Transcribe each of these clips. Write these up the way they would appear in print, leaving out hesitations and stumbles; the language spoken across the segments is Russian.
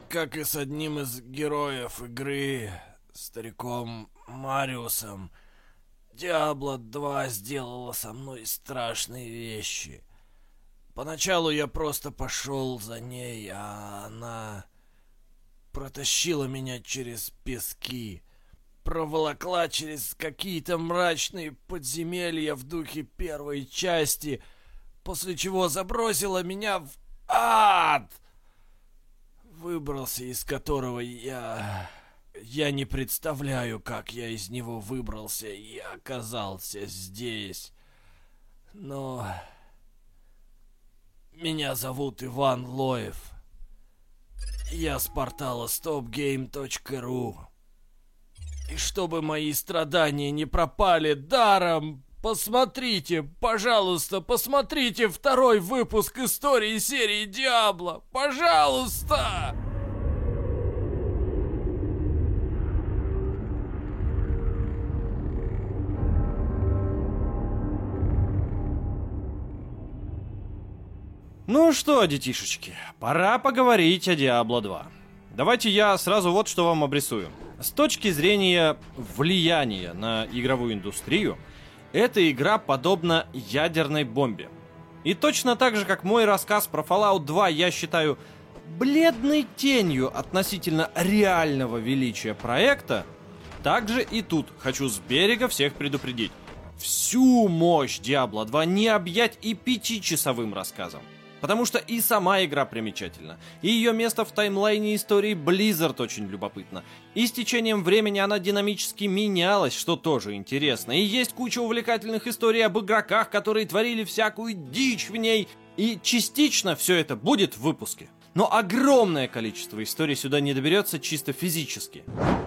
как и с одним из героев игры, стариком Мариусом, Diablo 2 сделала со мной страшные вещи. Поначалу я просто пошел за ней, а она протащила меня через пески, проволокла через какие-то мрачные подземелья в духе первой части, после чего забросила меня в ад, выбрался из которого я не представляю, как я из него выбрался и оказался здесь. Но меня зовут Иван Лоев. Я с портала stopgame.ru. И чтобы мои страдания не пропали даром, посмотрите, пожалуйста, посмотрите второй выпуск истории серии Diablo. Пожалуйста! Ну что, детишечки, пора поговорить о Diablo 2. Давайте я сразу вот что вам обрисую. С точки зрения влияния на игровую индустрию, эта игра подобна ядерной бомбе. И точно так же, как мой рассказ про Fallout 2 я считаю бледной тенью относительно реального величия проекта, также и тут хочу с берега всех предупредить. Всю мощь Diablo 2 не объять и 5-часовым рассказом. Потому что и сама игра примечательна, и ее место в таймлайне истории Blizzard очень любопытно, и с течением времени она динамически менялась, что тоже интересно, и есть куча увлекательных историй об игроках, которые творили всякую дичь в ней, и частично все это будет в выпуске. Но огромное количество историй сюда не доберется чисто физически.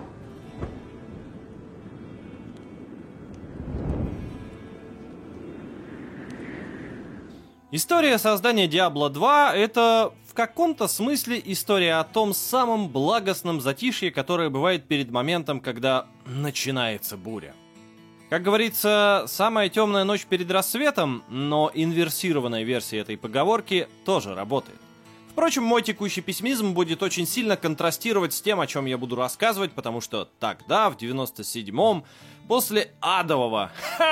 История создания Diablo 2 — это в каком-то смысле история о том самом благостном затишье, которое бывает перед моментом, когда начинается буря. Как говорится, самая темная ночь перед рассветом, но инверсированная версия этой поговорки тоже работает. Впрочем, мой текущий пессимизм будет очень сильно контрастировать с тем, о чем я буду рассказывать, потому что тогда, в 97-м, после адового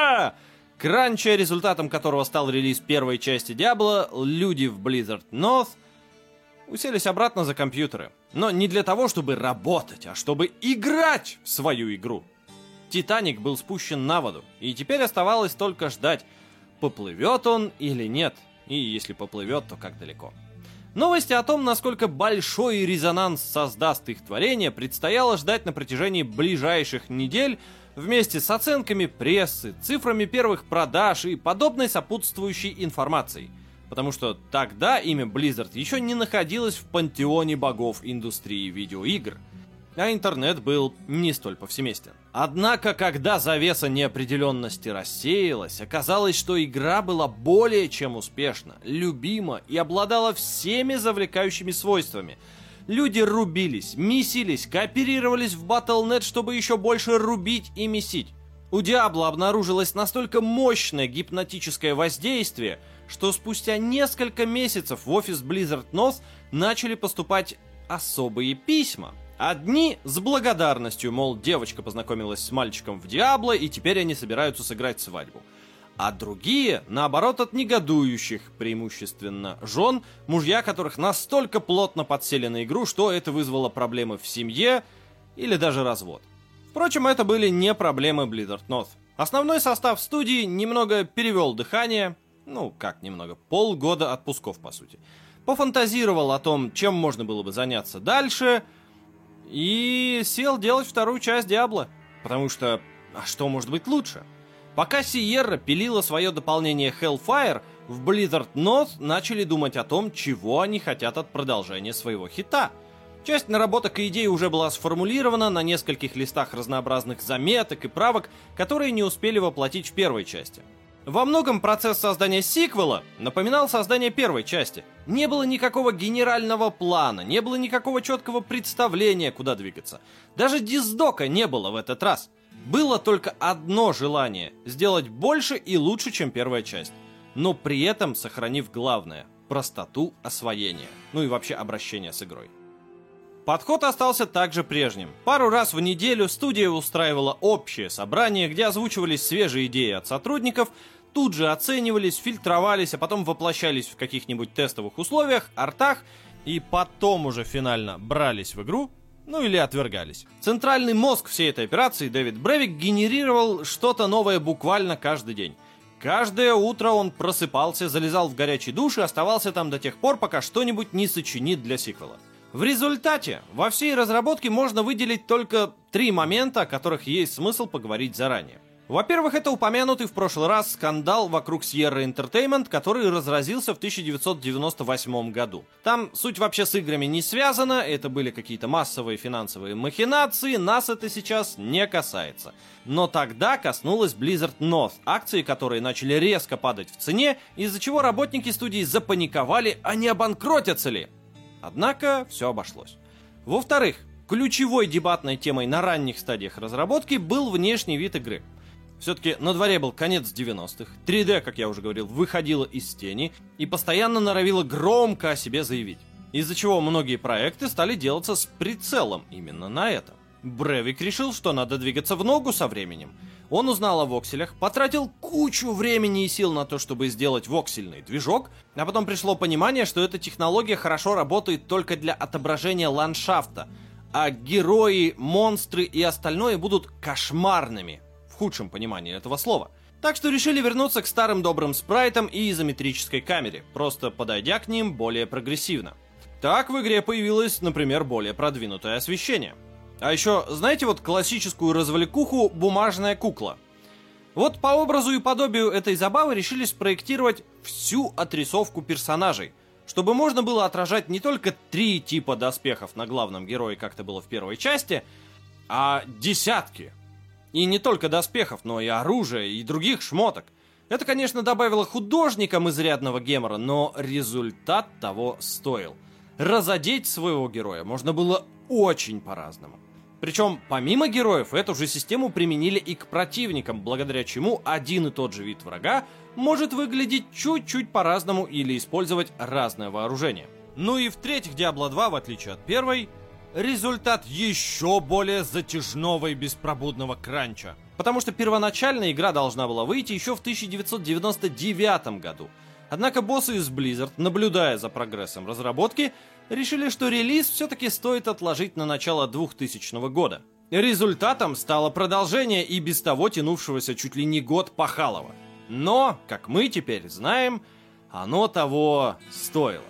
кранча, результатом которого стал релиз первой части Diablo, люди в Blizzard North уселись обратно за компьютеры. Но не для того, чтобы работать, а чтобы играть в свою игру. Титаник был спущен на воду, и теперь оставалось только ждать, поплывет он или нет, и если поплывет, то как далеко. Новости о том, насколько большой резонанс создаст их творение, предстояло ждать на протяжении ближайших недель, вместе с оценками прессы, цифрами первых продаж и подобной сопутствующей информацией. Потому что тогда имя Blizzard еще не находилось в пантеоне богов индустрии видеоигр. А интернет был не столь повсеместен. Однако, когда завеса неопределенности рассеялась, оказалось, что игра была более чем успешна, любима и обладала всеми завлекающими свойствами. Люди рубились, месились, кооперировались в Battle.net, чтобы еще больше рубить и месить. У Diablo обнаружилось настолько мощное гипнотическое воздействие, что спустя несколько месяцев в офис Blizzard North начали поступать особые письма. Одни с благодарностью, мол, девочка познакомилась с мальчиком в Diablo, и теперь они собираются сыграть свадьбу. А другие, наоборот, от негодующих, преимущественно жен, мужья которых настолько плотно подсели на игру, что это вызвало проблемы в семье или даже развод. Впрочем, это были не проблемы Blizzard North. Основной состав студии немного перевел дыхание, полгода отпусков, по сути. Пофантазировал о том, чем можно было бы заняться дальше, и сел делать вторую часть Diablo. Потому что, а что может быть лучше? Пока Sierra пилила свое дополнение Hellfire, в Blizzard North начали думать о том, чего они хотят от продолжения своего хита. Часть наработок и идей уже была сформулирована на нескольких листах разнообразных заметок и правок, которые не успели воплотить в первой части. Во многом процесс создания сиквела напоминал создание первой части. Не было никакого генерального плана, не было никакого четкого представления, куда двигаться. Даже диздока не было в этот раз. Было только одно желание – сделать больше и лучше, чем первая часть. Но при этом сохранив главное – простоту освоения. Ну и вообще обращения с игрой. Подход остался также прежним. Пару раз в неделю студия устраивала общее собрание, где озвучивались свежие идеи от сотрудников, тут же оценивались, фильтровались, а потом воплощались в каких-нибудь тестовых условиях, артах, и потом уже финально брались в игру, ну или отвергались. Центральный мозг всей этой операции, Дэвид Бревик, генерировал что-то новое буквально каждый день. Каждое утро он просыпался, залезал в горячий душ и оставался там до тех пор, пока что-нибудь не сочинит для сиквела. В результате во всей разработке можно выделить только 3 момента, о которых есть смысл поговорить заранее. Во-первых, это упомянутый в прошлый раз скандал вокруг Sierra Entertainment, который разразился в 1998 году. Там суть вообще с играми не связана, это были какие-то массовые финансовые махинации, нас это сейчас не касается. Но тогда коснулось Blizzard North, акции которые начали резко падать в цене, из-за чего работники студии запаниковали, а не обанкротятся ли? Однако все обошлось. Во-вторых, ключевой дебатной темой на ранних стадиях разработки был внешний вид игры. Все-таки на дворе был конец 90-х, 3D, как я уже говорил, выходила из тени и постоянно норовила громко о себе заявить. Из-за чего многие проекты стали делаться с прицелом именно на это. Бревик решил, что надо двигаться в ногу со временем. Он узнал о вокселях, потратил кучу времени и сил на то, чтобы сделать воксельный движок, а потом пришло понимание, что эта технология хорошо работает только для отображения ландшафта, а герои, монстры и остальное будут кошмарными. В худшем понимании этого слова. Так что решили вернуться к старым добрым спрайтам и изометрической камере, просто подойдя к ним более прогрессивно. Так в игре появилось, например, более продвинутое освещение. А еще, знаете, вот классическую развлекуху «Бумажная кукла». Вот по образу и подобию этой забавы решили спроектировать всю отрисовку персонажей, чтобы можно было отражать не только 3 типа доспехов на главном герое, как это было в первой части, а десятки. И не только доспехов, но и оружия, и других шмоток. Это, конечно, добавило художникам изрядного гемора, но результат того стоил. Разодеть своего героя можно было очень по-разному. Причем, помимо героев, эту же систему применили и к противникам, благодаря чему один и тот же вид врага может выглядеть чуть-чуть по-разному или использовать разное вооружение. Ну и в-третьих, Diablo 2, в отличие от первой, результат еще более затяжного и беспробудного кранча. Потому что первоначально игра должна была выйти еще в 1999 году. Однако боссы из Blizzard, наблюдая за прогрессом разработки, решили, что релиз все-таки стоит отложить на начало 2000 года. Результатом стало продолжение и без того тянувшегося чуть ли не год пахалого. Но, как мы теперь знаем, оно того стоило.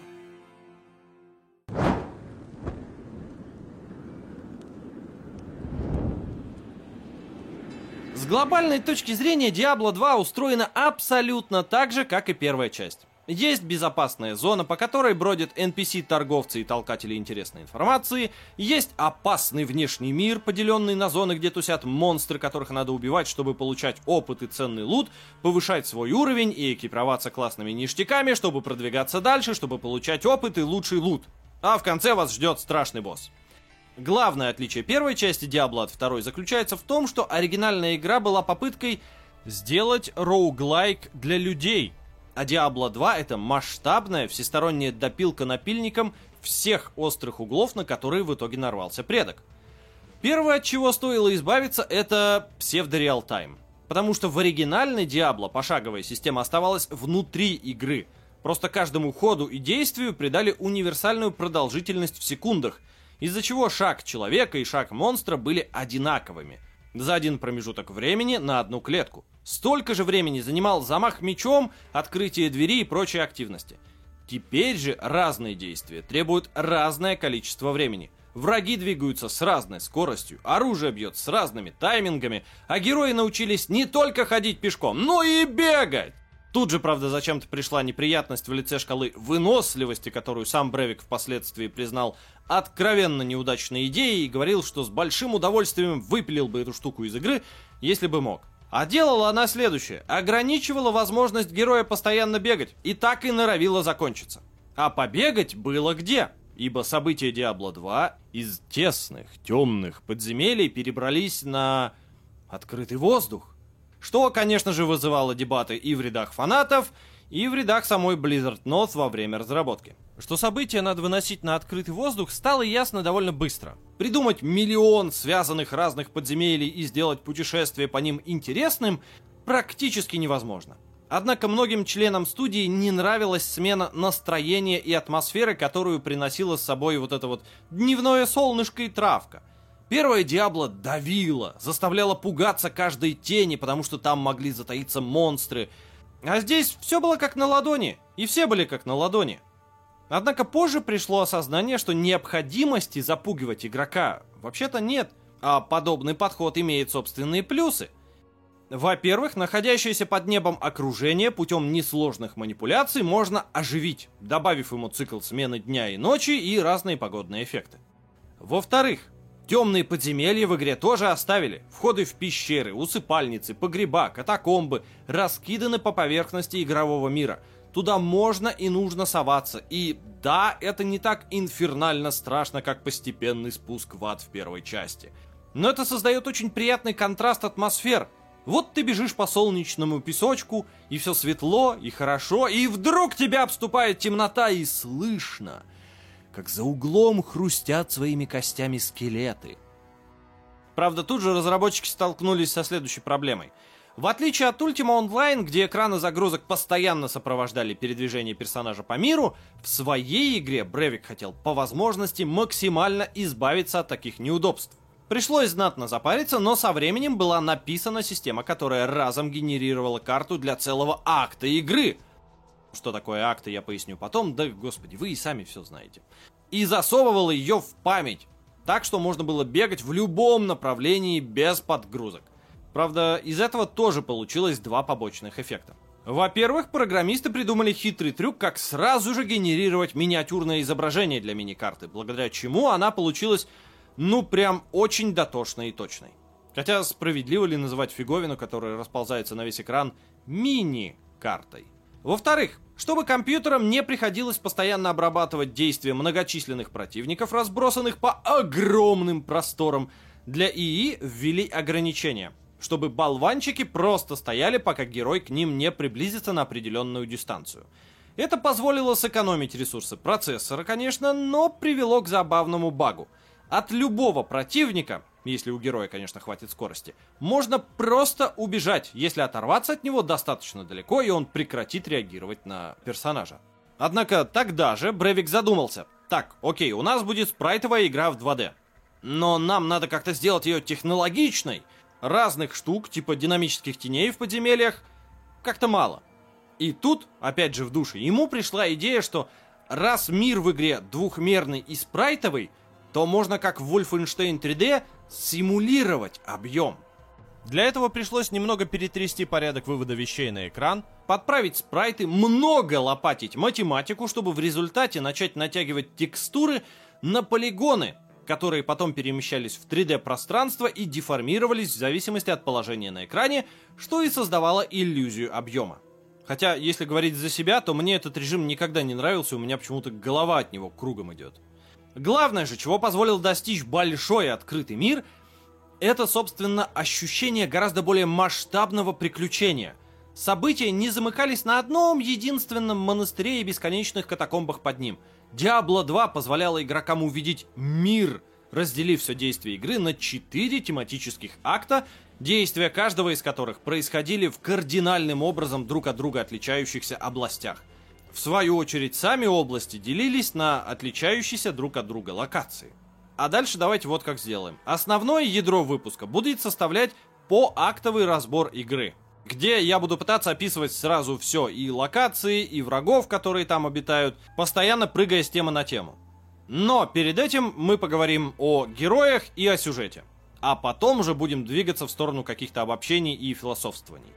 С глобальной точки зрения Diablo 2 устроена абсолютно так же, как и первая часть. Есть безопасная зона, по которой бродят NPC-торговцы и толкатели интересной информации, есть опасный внешний мир, поделенный на зоны, где тусят монстры, которых надо убивать, чтобы получать опыт и ценный лут, повышать свой уровень и экипироваться классными ништяками, чтобы продвигаться дальше, чтобы получать опыт и лучший лут. А в конце вас ждет страшный босс. Главное отличие первой части Diablo от второй заключается в том, что оригинальная игра была попыткой сделать роуглайк для людей, а Diablo 2 это масштабная всесторонняя допилка напильником всех острых углов, на которые в итоге нарвался предок. Первое, от чего стоило избавиться, это псевдо-реалтайм. Потому что в оригинальной Diablo пошаговая система оставалась внутри игры. Просто каждому ходу и действию придали универсальную продолжительность в секундах, из-за чего шаг человека и шаг монстра были одинаковыми. За один промежуток времени на одну клетку. Столько же времени занимал замах мечом, открытие двери и прочие активности. Теперь же разные действия требуют разное количество времени. Враги двигаются с разной скоростью, оружие бьет с разными таймингами, а герои научились не только ходить пешком, но и бегать. Тут же, правда, зачем-то пришла неприятность в лице шкалы выносливости, которую сам Бревик впоследствии признал откровенно неудачной идеей и говорил, что с большим удовольствием выпилил бы эту штуку из игры, если бы мог. А делала она следующее. Ограничивала возможность героя постоянно бегать, и так и норовила закончиться. А побегать было где? Ибо события Diablo 2 из тесных, темных подземелий перебрались на открытый воздух. Что, конечно же, вызывало дебаты и в рядах фанатов, и в рядах самой Blizzard North во время разработки. Что события надо выносить на открытый воздух, стало ясно довольно быстро. Придумать миллион связанных разных подземелий и сделать путешествие по ним интересным практически невозможно. Однако многим членам студии не нравилась смена настроения и атмосферы, которую приносила с собой вот это вот дневное солнышко и травка. Первая Диабло давила, заставляла пугаться каждой тени, потому что там могли затаиться монстры. А здесь все было как на ладони, и все были как на ладони. Однако позже пришло осознание, что необходимости запугивать игрока вообще-то нет, а подобный подход имеет собственные плюсы. Во-первых, находящееся под небом окружение путем несложных манипуляций можно оживить, добавив ему цикл смены дня и ночи и разные погодные эффекты. Во-вторых, темные подземелья в игре тоже оставили. Входы в пещеры, усыпальницы, погреба, катакомбы раскиданы по поверхности игрового мира. Туда можно и нужно соваться. И да, это не так инфернально страшно, как постепенный спуск в ад в первой части. Но это создает очень приятный контраст атмосфер. Вот ты бежишь по солнечному песочку, и все светло, и хорошо, и вдруг тебя обступает темнота, и слышно, как за углом хрустят своими костями скелеты. Правда, тут же разработчики столкнулись со следующей проблемой. В отличие от Ultima Online, где экраны загрузок постоянно сопровождали передвижение персонажа по миру, в своей игре Брейвик хотел по возможности максимально избавиться от таких неудобств. Пришлось знатно запариться, но со временем была написана система, которая разом генерировала карту для целого акта игры. Что такое акты, я поясню потом, да господи, вы и сами все знаете. И засовывала ее в память, так что можно было бегать в любом направлении без подгрузок. Правда, из этого тоже получилось два побочных эффекта. Во-первых, программисты придумали хитрый трюк, как сразу же генерировать миниатюрное изображение для миникарты, благодаря чему она получилась, ну прям очень дотошной и точной. Хотя справедливо ли называть фиговину, которая расползается на весь экран, мини-картой? Во-вторых, чтобы компьютерам не приходилось постоянно обрабатывать действия многочисленных противников, разбросанных по огромным просторам, для ИИ ввели ограничения, чтобы болванчики просто стояли, пока герой к ним не приблизится на определенную дистанцию. Это позволило сэкономить ресурсы процессора, конечно, но привело к забавному багу. От любого противника, если у героя, конечно, хватит скорости, можно просто убежать, если оторваться от него достаточно далеко, и он прекратит реагировать на персонажа. Однако тогда же Брейвик задумался. Так, окей, у нас будет спрайтовая игра в 2D. Но нам надо как-то сделать ее технологичной. Разных штук, типа динамических теней в подземельях, как-то мало. И тут, опять же в душе, ему пришла идея, что раз мир в игре двухмерный и спрайтовый, то можно, как в Wolfenstein 3D, симулировать объем. Для этого пришлось немного перетрясти порядок вывода вещей на экран, подправить спрайты, много лопатить математику, чтобы в результате начать натягивать текстуры на полигоны, которые потом перемещались в 3D-пространство и деформировались в зависимости от положения на экране, что и создавало иллюзию объема. Хотя, если говорить за себя, то мне этот режим никогда не нравился, у меня почему-то голова от него кругом идет. Главное же, чего позволил достичь большой открытый мир, это, собственно, ощущение гораздо более масштабного приключения. События не замыкались на одном единственном монастыре и бесконечных катакомбах под ним. Diablo 2 позволяла игрокам увидеть мир, разделив все действие игры на 4 тематических акта, действия каждого из которых происходили в кардинальным образом друг от друга отличающихся областях. В свою очередь, сами области делились на отличающиеся друг от друга локации. А дальше давайте вот как сделаем. Основное ядро выпуска будет составлять поактовый разбор игры, где я буду пытаться описывать сразу все, и локации, и врагов, которые там обитают, постоянно прыгая с темы на тему. Но перед этим мы поговорим о героях и о сюжете. А потом уже будем двигаться в сторону каких-то обобщений и философствований.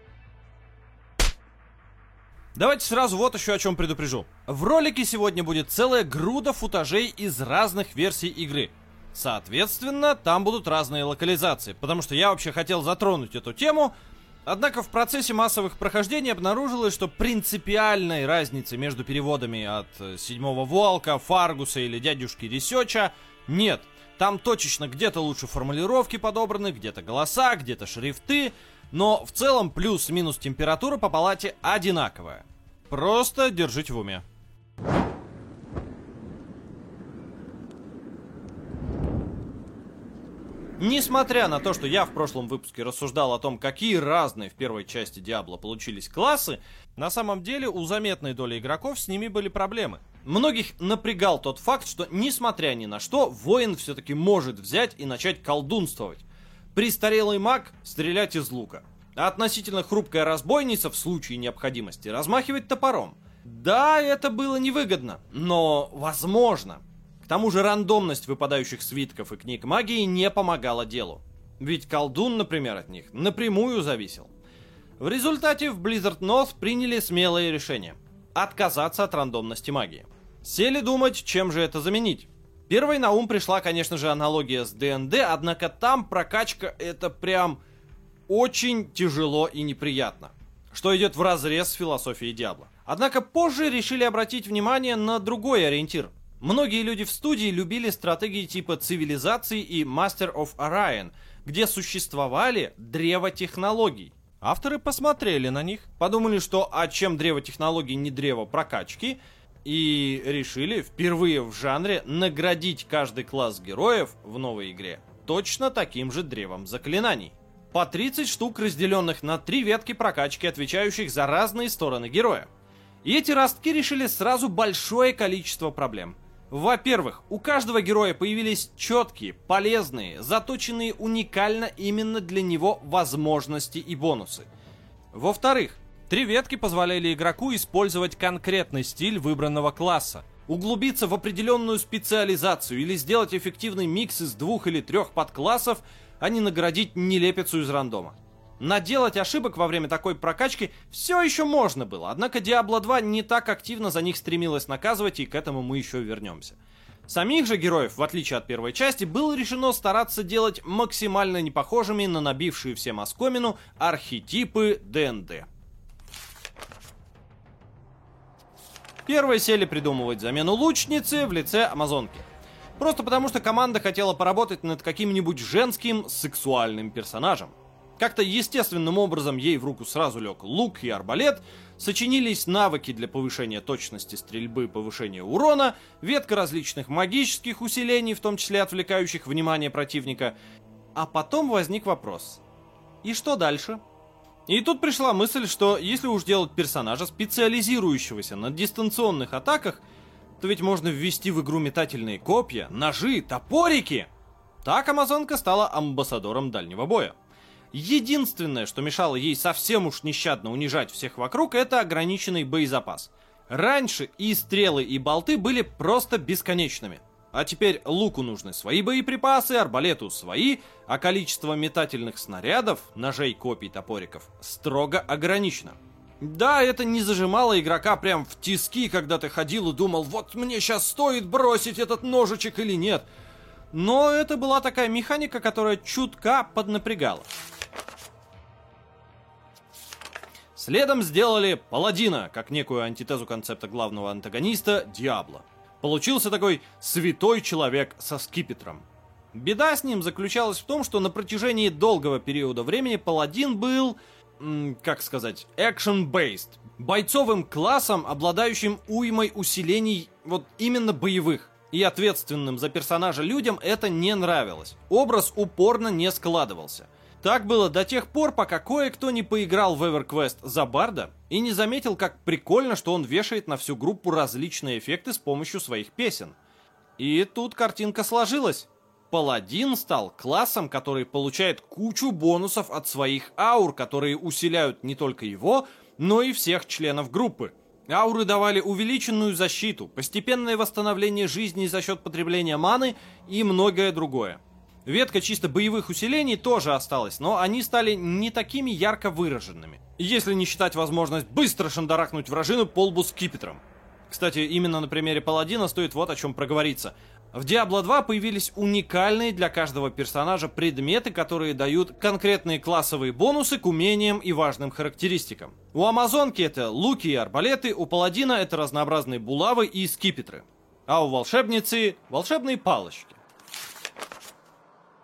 Давайте сразу вот еще о чем предупрежу. В ролике сегодня будет целая груда футажей из разных версий игры. Соответственно, там будут разные локализации, потому что я вообще хотел затронуть эту тему, однако в процессе массовых прохождений обнаружилось, что принципиальной разницы между переводами от Седьмого Волка, Фаргуса или Дядюшки Ресеча нет. Там точечно где-то лучше формулировки подобраны, где-то голоса, где-то шрифты, но в целом плюс-минус температура по палате одинаковая. Просто держите в уме. Несмотря на то, что я в прошлом выпуске рассуждал о том, какие разные в первой части Diablo получились классы, на самом деле у заметной доли игроков с ними были проблемы. Многих напрягал тот факт, что, несмотря ни на что, воин все-таки может взять и начать колдунствовать. Престарелый маг стрелять из лука, а относительно хрупкая разбойница в случае необходимости размахивать топором. Да, это было невыгодно, но возможно. К тому же рандомность выпадающих свитков и книг магии не помогала делу. Ведь колдун, например, от них напрямую зависел. В результате в Blizzard North приняли смелое решение – отказаться от рандомности магии. Сели думать, чем же это заменить. Первой на ум пришла, конечно же, аналогия с ДНД, однако там прокачка это прям очень тяжело и неприятно, что идет вразрез с философией Diablo. Однако позже решили обратить внимание на другой ориентир. Многие люди в студии любили стратегии типа цивилизации и Master of Orion, где существовали древа технологий. Авторы посмотрели на них, подумали, что а чем древо технологий не древо прокачки, и решили впервые в жанре наградить каждый класс героев в новой игре точно таким же древом заклинаний. По 30 штук, разделенных на 3 ветки прокачки, отвечающих за разные стороны героя. И эти ростки решили сразу большое количество проблем. Во-первых, у каждого героя появились четкие, полезные, заточенные уникально именно для него возможности и бонусы. Во-вторых, 3 ветки позволяли игроку использовать конкретный стиль выбранного класса, углубиться в определенную специализацию или сделать эффективный микс из 2 или 3 подклассов, а не наградить нелепицу из рандома. Наделать ошибок во время такой прокачки все еще можно было, однако Diablo 2 не так активно за них стремилась наказывать, и к этому мы еще вернемся. Самих же героев, в отличие от первой части, было решено стараться делать максимально непохожими на набившие всем оскомину архетипы ДНД. Первые сели придумывать замену лучницы в лице амазонки. Просто потому, что команда хотела поработать над каким-нибудь женским сексуальным персонажем. Как-то естественным образом ей в руку сразу лег лук и арбалет, сочинились навыки для повышения точности стрельбы, повышения урона, ветка различных магических усилений, в том числе отвлекающих внимание противника. А потом возник вопрос: и что дальше? И тут пришла мысль, что если уж делать персонажа, специализирующегося на дистанционных атаках, то ведь можно ввести в игру метательные копья, ножи, топорики. Так амазонка стала амбассадором дальнего боя. Единственное, что мешало ей совсем уж нещадно унижать всех вокруг, это ограниченный боезапас. Раньше и стрелы, и болты были просто бесконечными. А теперь луку нужны свои боеприпасы, арбалету свои, а количество метательных снарядов, ножей, копий, топориков строго ограничено. Да, это не зажимало игрока прям в тиски, когда ты ходил и думал, вот мне сейчас стоит бросить этот ножичек или нет. Но это была такая механика, которая чутка поднапрягала. Следом сделали Паладина, как некую антитезу концепта главного антагониста Диабло. Получился такой святой человек со скипетром. Беда с ним заключалась в том, что на протяжении долгого периода времени Паладин был, как сказать, action-based. Бойцовым классом, обладающим уймой усилений вот именно боевых. И ответственным за персонажа людям это не нравилось. Образ упорно не складывался. Так было до тех пор, пока кое-кто не поиграл в EverQuest за Барда и не заметил, как прикольно, что он вешает на всю группу различные эффекты с помощью своих песен. И тут картинка сложилась. Паладин стал классом, который получает кучу бонусов от своих аур, которые усиляют не только его, но и всех членов группы. Ауры давали увеличенную защиту, постепенное восстановление жизни за счет потребления маны и многое другое. Ветка чисто боевых усилений тоже осталась, но они стали не такими ярко выраженными. Если не считать возможность быстро шандарахнуть вражину по лбу скипетром. Кстати, именно на примере Паладина стоит вот о чем проговориться. В Diablo 2 появились уникальные для каждого персонажа предметы, которые дают конкретные классовые бонусы к умениям и важным характеристикам. У амазонки это луки и арбалеты, у Паладина это разнообразные булавы и скипетры. А у волшебницы волшебные палочки.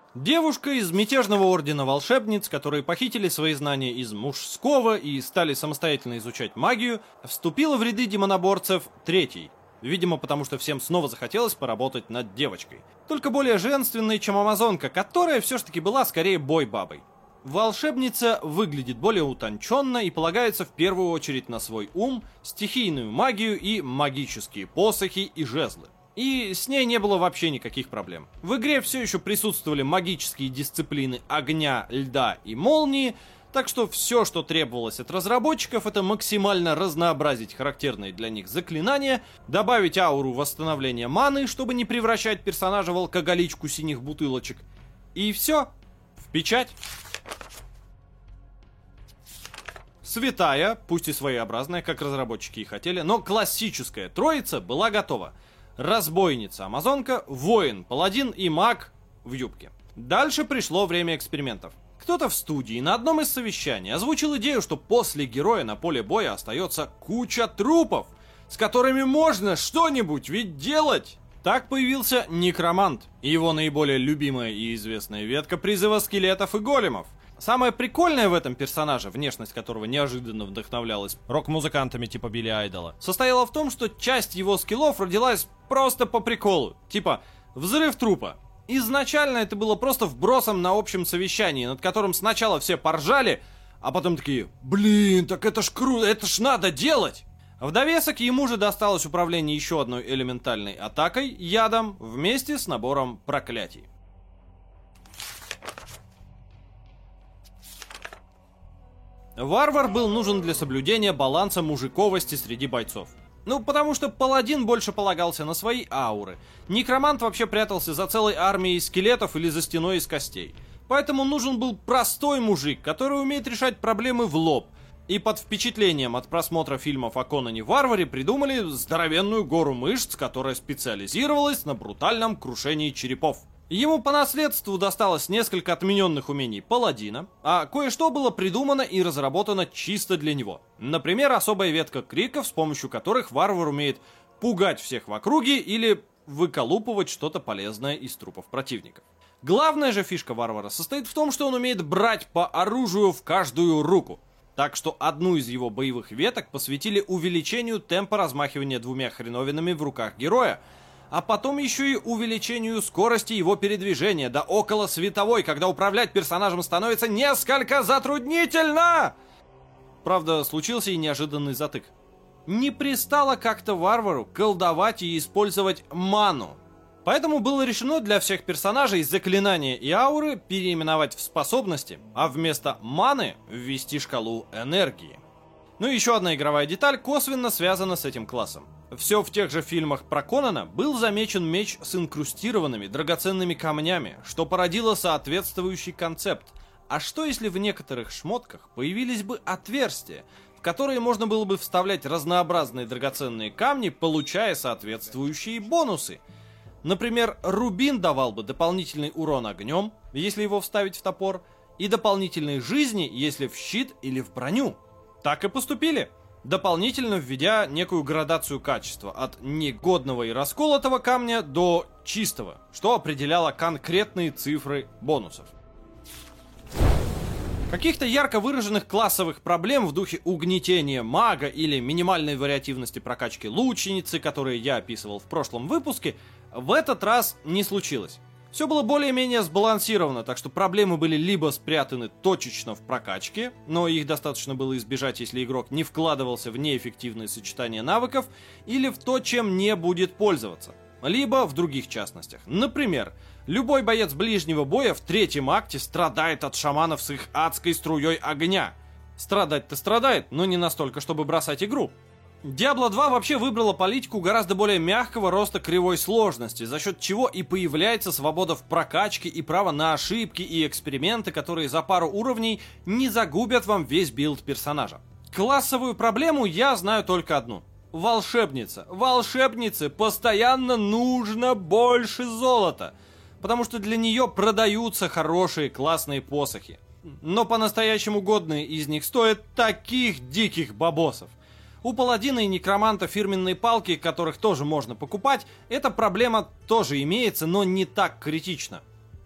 Девушка из мятежного ордена волшебниц, которые похитили свои знания из мужского и стали самостоятельно изучать магию, вступила в ряды демоноборцев третьей. Видимо, потому что всем снова захотелось поработать над девочкой. Только более женственной, чем амазонка, которая все ж таки была скорее бой-бабой. Волшебница выглядит более утонченно и полагается в первую очередь на свой ум, стихийную магию и магические посохи и жезлы. И с ней не было вообще никаких проблем. В игре все еще присутствовали магические дисциплины огня, льда и молнии, так что все, что требовалось от разработчиков, это максимально разнообразить характерные для них заклинания, добавить ауру восстановления маны, чтобы не превращать персонажа в алкоголичку синих бутылочек. И все. В печать. Святая, пусть и своеобразная, как разработчики и хотели, но классическая троица была готова. Разбойница, амазонка, воин, паладин и маг в юбке. Дальше пришло время экспериментов. Кто-то в студии на одном из совещаний озвучил идею, что после героя на поле боя остается куча трупов, с которыми можно что-нибудь ведь делать. Так появился некромант и его наиболее любимая и известная ветка призыва скелетов и големов. Самое прикольное в этом персонаже, внешность которого неожиданно вдохновлялась рок-музыкантами типа Билли Айдола, состояла в том, что часть его скиллов родилась просто по приколу. Типа взрыв трупа. Изначально это было просто вбросом на общем совещании, над которым сначала все поржали, а потом такие: блин, так это ж круто, это ж надо делать! В довесок ему же досталось управление еще одной элементальной атакой, ядом, вместе с набором проклятий. Варвар был нужен для соблюдения баланса мужиковости среди бойцов. Ну, потому что паладин больше полагался на свои ауры. Некромант вообще прятался за целой армией скелетов или за стеной из костей. Поэтому нужен был простой мужик, который умеет решать проблемы в лоб. И под впечатлением от просмотра фильмов о Конане Варваре придумали здоровенную гору мышц, которая специализировалась на брутальном крушении черепов. Ему по наследству досталось несколько отмененных умений паладина, а кое-что было придумано и разработано чисто для него. Например, особая ветка криков, с помощью которых варвар умеет пугать всех в округе или выколупывать что-то полезное из трупов противников. Главная же фишка варвара состоит в том, что он умеет брать по оружию в каждую руку. Так что одну из его боевых веток посвятили увеличению темпа размахивания двумя хреновинами в руках героя, а потом еще и увеличению скорости его передвижения до около световой, когда управлять персонажем становится несколько затруднительно. Правда, случился и неожиданный затык. Не пристало как-то варвару колдовать и использовать ману. Поэтому было решено для всех персонажей заклинания и ауры переименовать в способности, а вместо маны ввести шкалу энергии. Ну и еще одна игровая деталь косвенно связана с этим классом. Все в тех же фильмах про Конана был замечен меч с инкрустированными драгоценными камнями, что породило соответствующий концепт. А что если в некоторых шмотках появились бы отверстия, в которые можно было бы вставлять разнообразные драгоценные камни, получая соответствующие бонусы? Например, рубин давал бы дополнительный урон огнем, если его вставить в топор, и дополнительной жизни, если в щит или в броню. Так и поступили, дополнительно введя некую градацию качества от негодного и расколотого камня до чистого, что определяло конкретные цифры бонусов. Каких-то ярко выраженных классовых проблем в духе угнетения мага или минимальной вариативности прокачки лучницы, которые я описывал в прошлом выпуске, в этот раз не случилось. Все было более-менее сбалансировано, так что проблемы были либо спрятаны точечно в прокачке, но их достаточно было избежать, если игрок не вкладывался в неэффективные сочетания навыков, или в то, чем не будет пользоваться. Либо в других частностях. Например, любой боец ближнего боя в третьем акте страдает от шаманов с их адской струей огня. Страдать-то страдает, но не настолько, чтобы бросать игру. Diablo 2 вообще выбрала политику гораздо более мягкого роста кривой сложности, за счет чего и появляется свобода в прокачке и право на ошибки и эксперименты, которые за пару уровней не загубят вам весь билд персонажа. Классовую проблему я знаю только одну. Волшебница. Волшебнице постоянно нужно больше золота, потому что для нее продаются хорошие классные посохи. Но по-настоящему годные из них стоят таких диких бабосов. У паладина и некроманта фирменные палки, которых тоже можно покупать, эта проблема тоже имеется, но не так критично.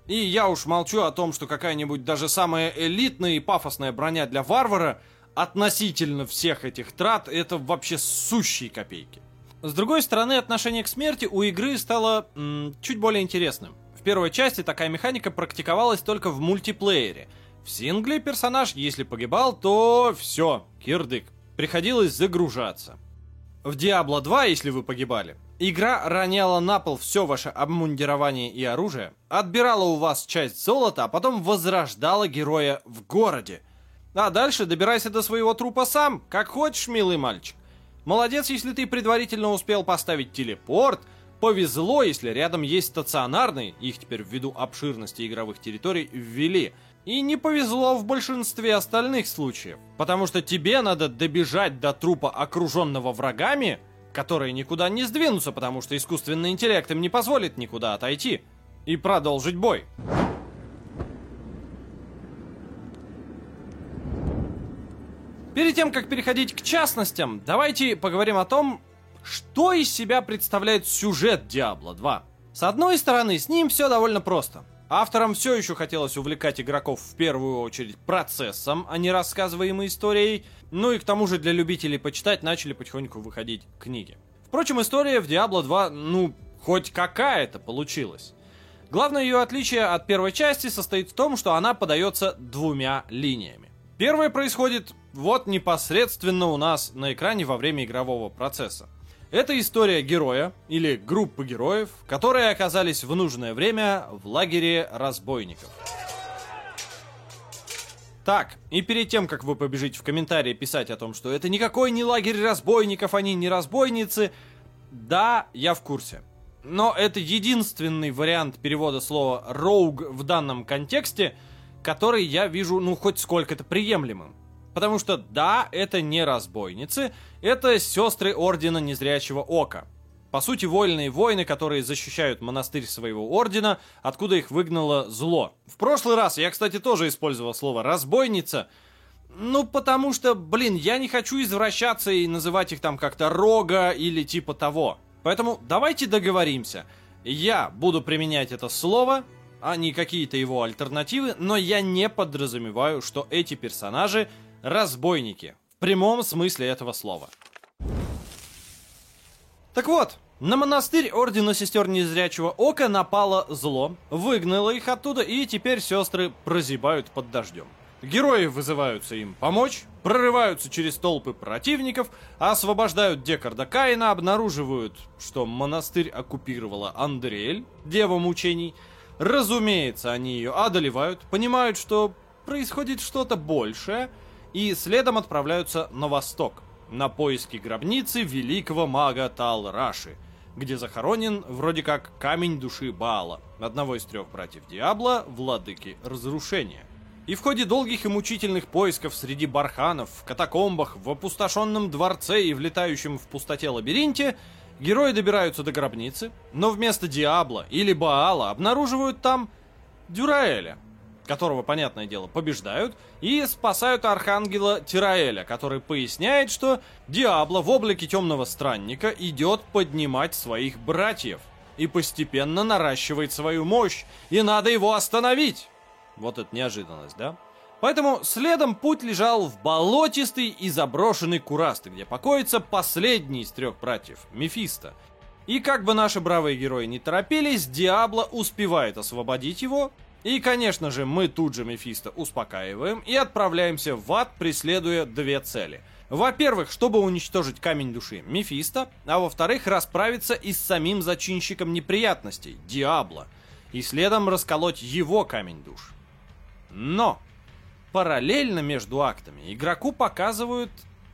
И я уж молчу о том, что какая-нибудь даже самая элитная и пафосная броня для варвара относительно всех этих трат это вообще сущие копейки. С другой стороны, отношение к смерти у игры стало чуть более интересным. В первой части такая механика практиковалась только в мультиплеере. В сингле персонаж, если погибал, то все, кирдык. Приходилось загружаться. В Diablo 2, если вы погибали, игра роняла на пол все ваше обмундирование и оружие, отбирала у вас часть золота, а потом возрождала героя в городе. А дальше добирайся до своего трупа сам, как хочешь, милый мальчик. Молодец, если ты предварительно успел поставить телепорт. Повезло, если рядом есть стационарный, их теперь ввиду обширности игровых территорий ввели. И не повезло в большинстве остальных случаев, потому что тебе надо добежать до трупа, окруженного врагами, которые никуда не сдвинутся, потому что искусственный интеллект им не позволит никуда отойти, и продолжить бой. Перед тем, как переходить к частностям, давайте поговорим о том, что из себя представляет сюжет Diablo 2. С одной стороны, с ним все довольно просто. Авторам все еще хотелось увлекать игроков в первую очередь процессом, а не рассказываемой историей. Ну и к тому же для любителей почитать начали потихоньку выходить книги. Впрочем, история в Diablo 2, хоть какая-то получилась. Главное ее отличие от первой части состоит в том, что она подается двумя линиями. Первое происходит вот непосредственно у нас на экране во время игрового процесса. Это история героя или группы героев, которые оказались в нужное время в лагере разбойников. Так, и перед тем, как вы побежите в комментарии писать о том, что это никакой не лагерь разбойников, они не разбойницы, да, я в курсе. Но это единственный вариант перевода слова «rogue» в данном контексте, который я вижу, хоть сколько-то приемлемым. Потому что, да, это не разбойницы, это сестры Ордена Незрячего Ока. По сути, вольные воины, которые защищают монастырь своего ордена, откуда их выгнало зло. В прошлый раз я, кстати, тоже использовал слово «разбойница», потому что, я не хочу извращаться и называть их там как-то «рога» или типа того. Поэтому давайте договоримся. Я буду применять это слово, а не какие-то его альтернативы, но я не подразумеваю, что эти персонажи разбойники, в прямом смысле этого слова. Так вот, на монастырь Ордена Сестер Незрячего Ока напало зло, выгнало их оттуда, и теперь сестры прозябают под дождем. Герои вызываются им помочь, прорываются через толпы противников, освобождают Декарда Каина, обнаруживают, что монастырь оккупировала Андриэль, дева мучений. Разумеется, они ее одолевают, понимают, что происходит что-то большее, и следом отправляются на восток, на поиски гробницы великого мага Тал-Раши, где захоронен вроде как камень души Баала, одного из 3 братьев Диабло, владыки разрушения. И в ходе долгих и мучительных поисков среди барханов, в катакомбах, в опустошенном дворце и в летающем в пустоте лабиринте, герои добираются до гробницы, но вместо Диабло или Баала обнаруживают там Дюраэля, которого, понятное дело, побеждают, и спасают архангела Тираэля, который поясняет, что Диабло в облике темного странника идет поднимать своих братьев и постепенно наращивает свою мощь, и надо его остановить. Вот это неожиданность, да? Поэтому следом путь лежал в болотистый и заброшенный Кураст, где покоится последний из 3 братьев, Мефисто. И как бы наши бравые герои не торопились, Диабло успевает освободить его. И, конечно же, мы тут же Мефисто успокаиваем и отправляемся в ад, преследуя 2 цели. Во-первых, чтобы уничтожить камень души Мефисто, а во-вторых, расправиться и с самим зачинщиком неприятностей, Диабло, и следом расколоть его камень душ. Но параллельно между актами игроку показывают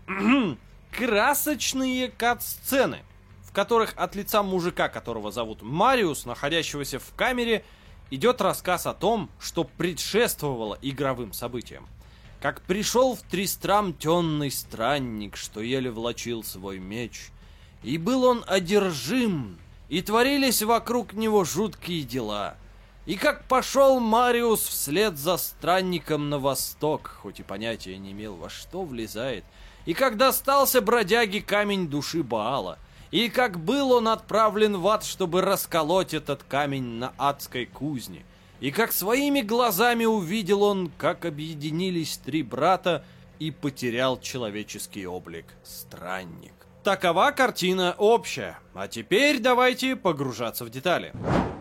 красочные кат-сцены, в которых от лица мужика, которого зовут Мариус, находящегося в камере, идет рассказ о том, что предшествовало игровым событиям. Как пришел в Тристрам темный странник, что еле влачил свой меч, и был он одержим, и творились вокруг него жуткие дела. И как пошел Мариус вслед за странником на восток, хоть и понятия не имел, во что влезает, и как достался бродяге камень души Баала, и как был он отправлен в ад, чтобы расколоть этот камень на адской кузне, И как своими глазами увидел он, как объединились три брата, и потерял человеческий облик странник. Такова картина общая. А теперь давайте погружаться в детали.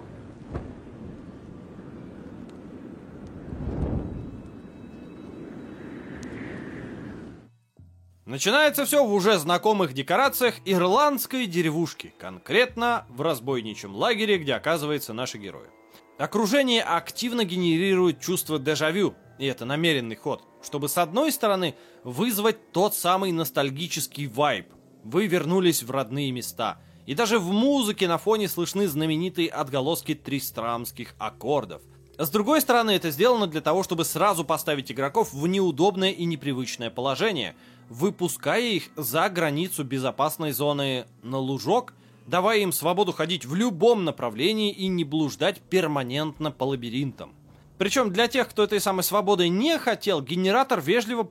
Начинается все в уже знакомых декорациях ирландской деревушки, конкретно в разбойничьем лагере, где оказываются наши герои. Окружение активно генерирует чувство дежавю, и это намеренный ход, чтобы с одной стороны вызвать тот самый ностальгический вайб. Вы вернулись в родные места, и даже в музыке на фоне слышны знаменитые отголоски тристрамских аккордов. С другой стороны, это сделано для того, чтобы сразу поставить игроков в неудобное и непривычное положение, выпуская их за границу безопасной зоны на лужок, давая им свободу ходить в любом направлении и не блуждать перманентно по лабиринтам. Причем для тех, кто этой самой свободы не хотел, генератор вежливо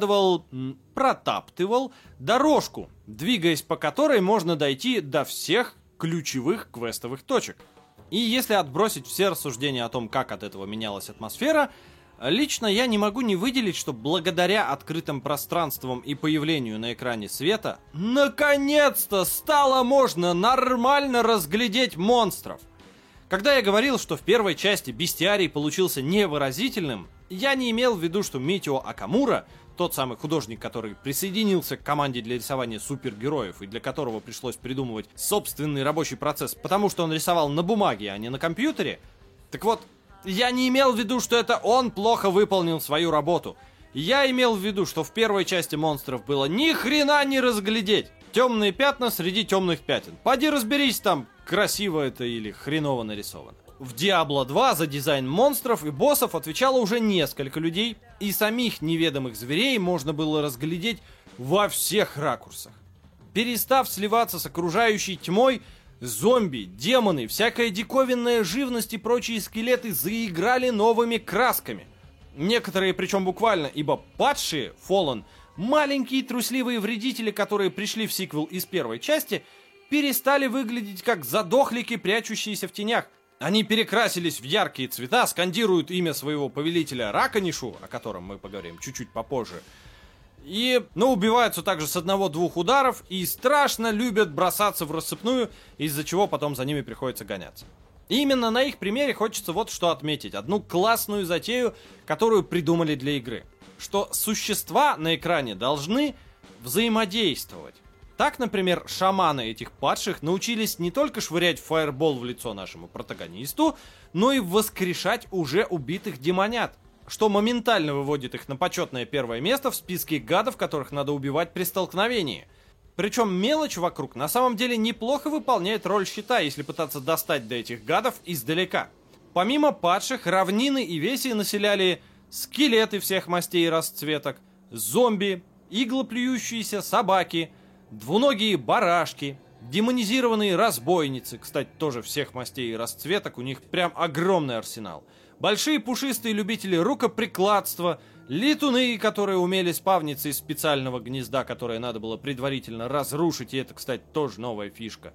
протаптывал дорожку, двигаясь по которой можно дойти до всех ключевых квестовых точек. И если отбросить все рассуждения о том, как от этого менялась атмосфера, лично я не могу не выделить, что благодаря открытым пространствам и появлению на экране света, наконец-то стало можно нормально разглядеть монстров. Когда я говорил, что в первой части бестиарий получился невыразительным, я не имел в виду, что Митио Акамура, тот самый художник, который присоединился к команде для рисования супергероев и для которого пришлось придумывать собственный рабочий процесс, потому что он рисовал на бумаге, а не на компьютере. Так вот, я не имел в виду, что это он плохо выполнил свою работу. Я имел в виду, что в первой части монстров было ни хрена не разглядеть. Темные пятна среди темных пятен. Поди разберись там, красиво это или хреново нарисовано. В Diablo 2 за дизайн монстров и боссов отвечало уже несколько людей, и самих неведомых зверей можно было разглядеть во всех ракурсах. Перестав сливаться с окружающей тьмой, зомби, демоны, всякая диковинная живность и прочие скелеты заиграли новыми красками. Некоторые, причем буквально, ибо падшие, Fallen, маленькие трусливые вредители, которые пришли в сиквел из первой части, перестали выглядеть как задохлики, прячущиеся в тенях. Они перекрасились в яркие цвета, скандируют имя своего повелителя Раканишу, о котором мы поговорим чуть-чуть попозже, и, убиваются также с одного-двух ударов и страшно любят бросаться в рассыпную, из-за чего потом за ними приходится гоняться. И именно на их примере хочется вот что отметить. Одну классную затею, которую придумали для игры. Что существа на экране должны взаимодействовать. Так, например, шаманы этих падших научились не только швырять фаербол в лицо нашему протагонисту, но и воскрешать уже убитых демонят, что моментально выводит их на почетное первое место в списке гадов, которых надо убивать при столкновении. Причем мелочь вокруг на самом деле неплохо выполняет роль щита, если пытаться достать до этих гадов издалека. Помимо падших, равнины и веси населяли скелеты всех мастей и расцветок, зомби, иглоплюющиеся собаки, двуногие барашки, демонизированные разбойницы, кстати, тоже всех мастей и расцветок, у них прям огромный арсенал. Большие пушистые любители рукоприкладства, летуны, которые умели спавниться из специального гнезда, которое надо было предварительно разрушить, и это, кстати, тоже новая фишка.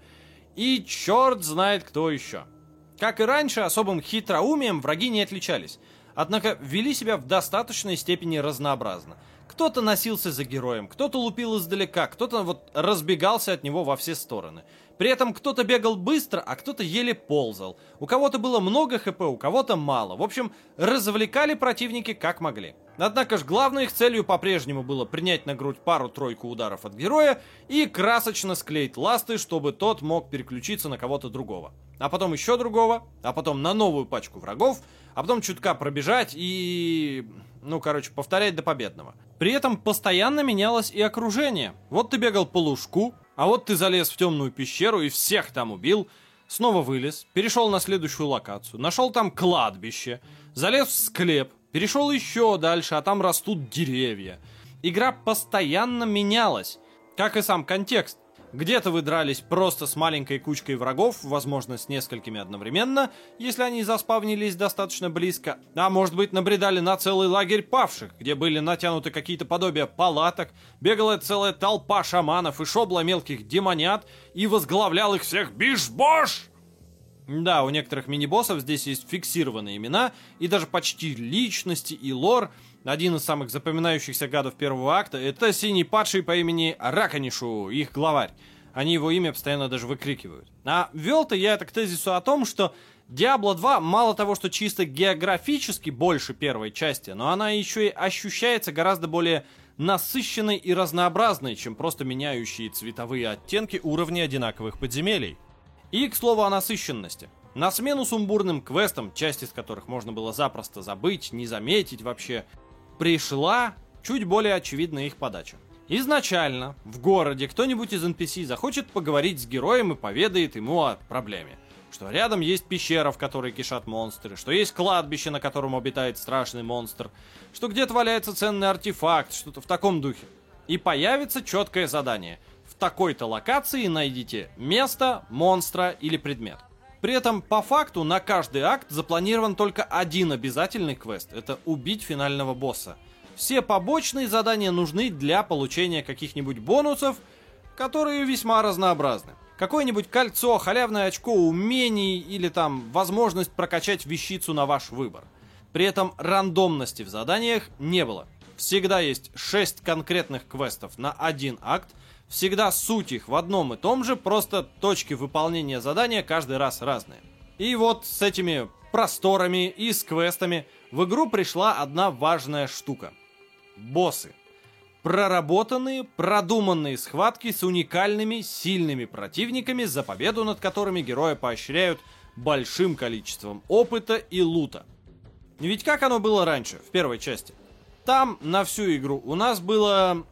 И черт знает кто еще. Как и раньше, особым хитроумием враги не отличались, однако вели себя в достаточной степени разнообразно. Кто-то носился за героем, кто-то лупил издалека, кто-то разбегался от него во все стороны. При этом кто-то бегал быстро, а кто-то еле ползал. У кого-то было много хп, у кого-то мало. В общем, развлекали противники как могли. Однако ж главной их целью по-прежнему было принять на грудь пару-тройку ударов от героя и красочно склеить ласты, чтобы тот мог переключиться на кого-то другого. А потом еще другого, а потом на новую пачку врагов, а потом чутка пробежать и... повторять до победного. При этом постоянно менялось и окружение. Вот ты бегал по лужку, а вот ты залез в темную пещеру и всех там убил, снова вылез, перешел на следующую локацию, нашел там кладбище, залез в склеп, перешел еще дальше, а там растут деревья. Игра постоянно менялась, как и сам контекст. Где-то вы дрались просто с маленькой кучкой врагов, возможно, с несколькими одновременно, если они заспавнились достаточно близко, а может быть набредали на целый лагерь павших, где были натянуты какие-то подобия палаток, бегала целая толпа шаманов и шобла мелких демонят, и возглавлял их всех Биш-Бош! Да, у некоторых мини-боссов здесь есть фиксированные имена и даже почти личности и лор. Один из самых запоминающихся гадов первого акта — это синий падший по имени Раканишу, их главарь. Они его имя постоянно даже выкрикивают. А вел-то я это к тезису о том, что Diablo 2 мало того, что чисто географически больше первой части, но она еще и ощущается гораздо более насыщенной и разнообразной, чем просто меняющие цветовые оттенки уровни одинаковых подземелий. И, к слову, о насыщенности. На смену сумбурным квестам, часть из которых можно было запросто забыть, не заметить вообще, пришла чуть более очевидная их подача. Изначально в городе кто-нибудь из NPC захочет поговорить с героем и поведает ему о проблеме. Что рядом есть пещера, в которой кишат монстры, что есть кладбище, на котором обитает страшный монстр, что где-то валяется ценный артефакт, что-то в таком духе. И появится четкое задание. В такой-то локации найдите место, монстра или предмет. При этом, по факту, на каждый акт запланирован только один обязательный квест. Это убить финального босса. Все побочные задания нужны для получения каких-нибудь бонусов, которые весьма разнообразны. Какое-нибудь кольцо, халявное очко умений или там возможность прокачать вещицу на ваш выбор. При этом рандомности в заданиях не было. Всегда есть 6 конкретных квестов на один акт. Всегда суть их в одном и том же, просто точки выполнения задания каждый раз разные. И вот с этими просторами и с квестами в игру пришла одна важная штука. Боссы. Проработанные, продуманные схватки с уникальными, сильными противниками, за победу над которыми героя поощряют большим количеством опыта и лута. Ведь как оно было раньше, в первой части? Там на всю игру у нас было,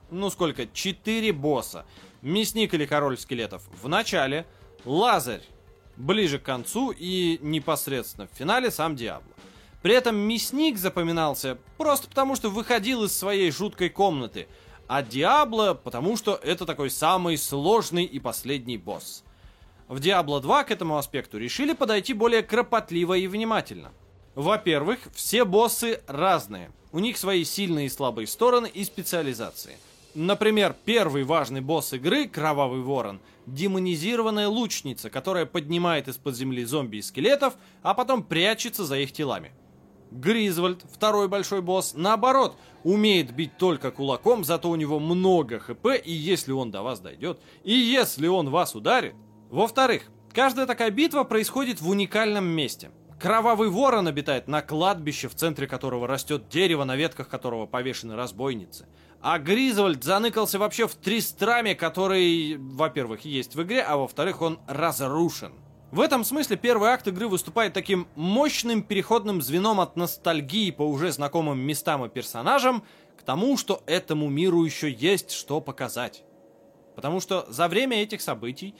4 босса. Мясник или король скелетов в начале, Лазарь ближе к концу и непосредственно в финале сам Диабло. При этом мясник запоминался просто потому, что выходил из своей жуткой комнаты, а Диабло потому, что это такой самый сложный и последний босс. В Diablo 2 к этому аспекту решили подойти более кропотливо и внимательно. Во-первых, все боссы разные. У них свои сильные и слабые стороны и специализации. Например, первый важный босс игры, Кровавый Ворон, демонизированная лучница, которая поднимает из-под земли зомби и скелетов, а потом прячется за их телами. Гризвольд, второй большой босс, наоборот, умеет бить только кулаком, зато у него много хп, и если он до вас дойдет, и если он вас ударит. Во-вторых, каждая такая битва происходит в уникальном месте. Кровавый Ворон обитает на кладбище, в центре которого растет дерево, на ветках которого повешены разбойницы. А Гризвольд заныкался вообще в Тристраме, который, во-первых, есть в игре, а во-вторых, он разрушен. В этом смысле первый акт игры выступает таким мощным переходным звеном от ностальгии по уже знакомым местам и персонажам к тому, что этому миру еще есть что показать. Потому что за время этих событий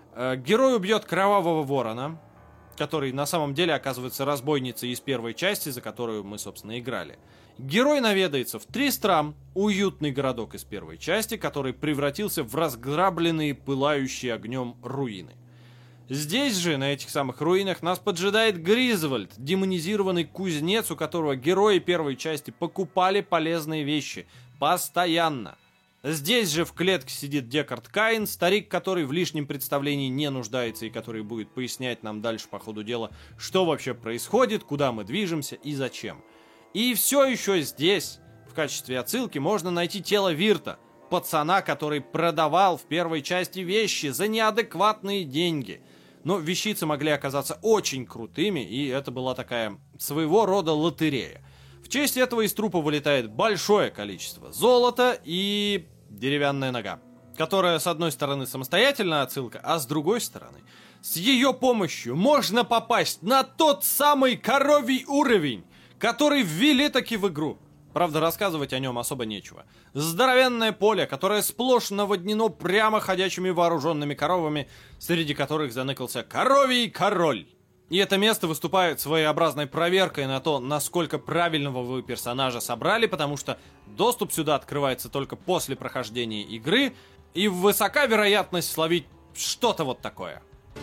герой убьет Кровавого Ворона, который на самом деле оказывается разбойницей из первой части, за которую мы, собственно, играли. Герой наведается в Тристрам, уютный городок из первой части, который превратился в разграбленные, пылающие огнем руины. Здесь же, на этих самых руинах, нас поджидает Гризвольд, демонизированный кузнец, у которого герои первой части покупали полезные вещи. Постоянно. Здесь же в клетке сидит Декард Каин, старик, который в лишнем представлении не нуждается и который будет пояснять нам дальше по ходу дела, что вообще происходит, куда мы движемся и зачем. И все еще здесь, в качестве отсылки, можно найти тело Вирта, пацана, который продавал в первой части вещи за неадекватные деньги. Но вещицы могли оказаться очень крутыми, и это была такая своего рода лотерея. В честь этого из трупа вылетает большое количество золота и деревянная нога, которая с одной стороны самостоятельная отсылка, а с другой стороны с ее помощью можно попасть на тот самый коровий уровень, который ввели таки в игру. Правда, рассказывать о нем особо нечего. Здоровенное поле, которое сплошь наводнено прямо ходячими вооруженными коровами, среди которых заныкался коровий король. И это место выступает своеобразной проверкой на то, насколько правильного вы персонажа собрали, потому что доступ сюда открывается только после прохождения игры, и высока вероятность словить что-то вот такое.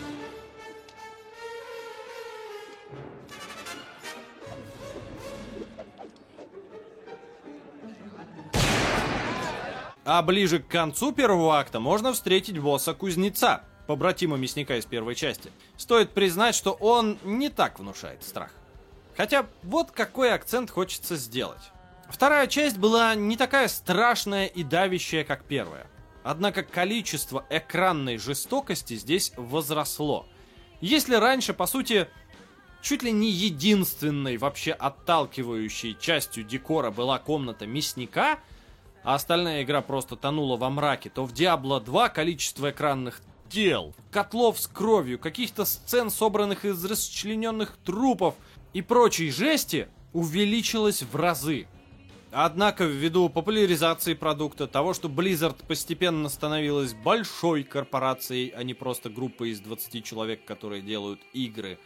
А ближе к концу первого акта можно встретить босса-кузнеца, побратима мясника из первой части. Стоит признать, что он не так внушает страх. Хотя вот какой акцент хочется сделать. Вторая часть была не такая страшная и давящая, как первая. Однако количество экранной жестокости здесь возросло. Если раньше, по сути, чуть ли не единственной вообще отталкивающей частью декора была комната мясника, а остальная игра просто тонула во мраке, то в Diablo 2 количество экранных тел, котлов с кровью, каких-то сцен, собранных из расчлененных трупов и прочей жести, увеличилось в разы. Однако, ввиду популяризации продукта, того, что Blizzard постепенно становилась большой корпорацией, а не просто группой из 20 человек, которые делают игры,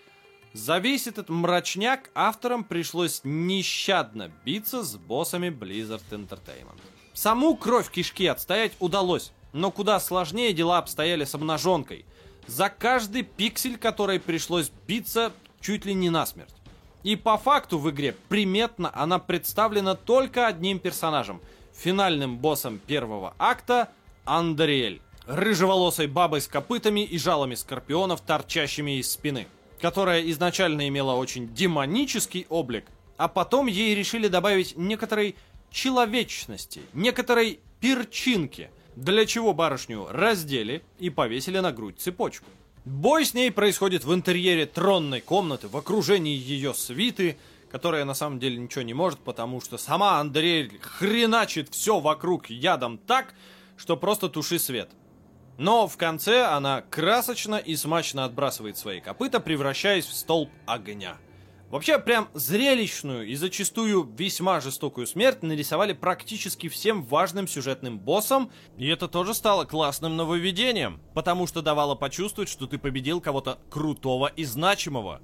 за весь этот мрачняк авторам пришлось нещадно биться с боссами Blizzard Entertainment. Саму кровь кишки отстоять удалось, но куда сложнее дела обстояли с обнаженкой. За каждый пиксель, который пришлось биться чуть ли не насмерть. И по факту в игре приметно она представлена только одним персонажем. Финальным боссом первого акта Андриэль. Рыжеволосой бабой с копытами и жалами скорпионов, торчащими из спины. Которая изначально имела очень демонический облик, а потом ей решили добавить некоторой человечности, некоторой перчинки, для чего барышню раздели и повесили на грудь цепочку. Бой с ней происходит в интерьере тронной комнаты, в окружении ее свиты, которая на самом деле ничего не может, потому что сама Андриэль хреначит все вокруг ядом так, что просто туши свет. Но в конце она красочно и смачно отбрасывает свои копыта, превращаясь в столб огня. Вообще, прям зрелищную и зачастую весьма жестокую смерть нарисовали практически всем важным сюжетным боссам, и это тоже стало классным нововведением, потому что давало почувствовать, что ты победил кого-то крутого и значимого.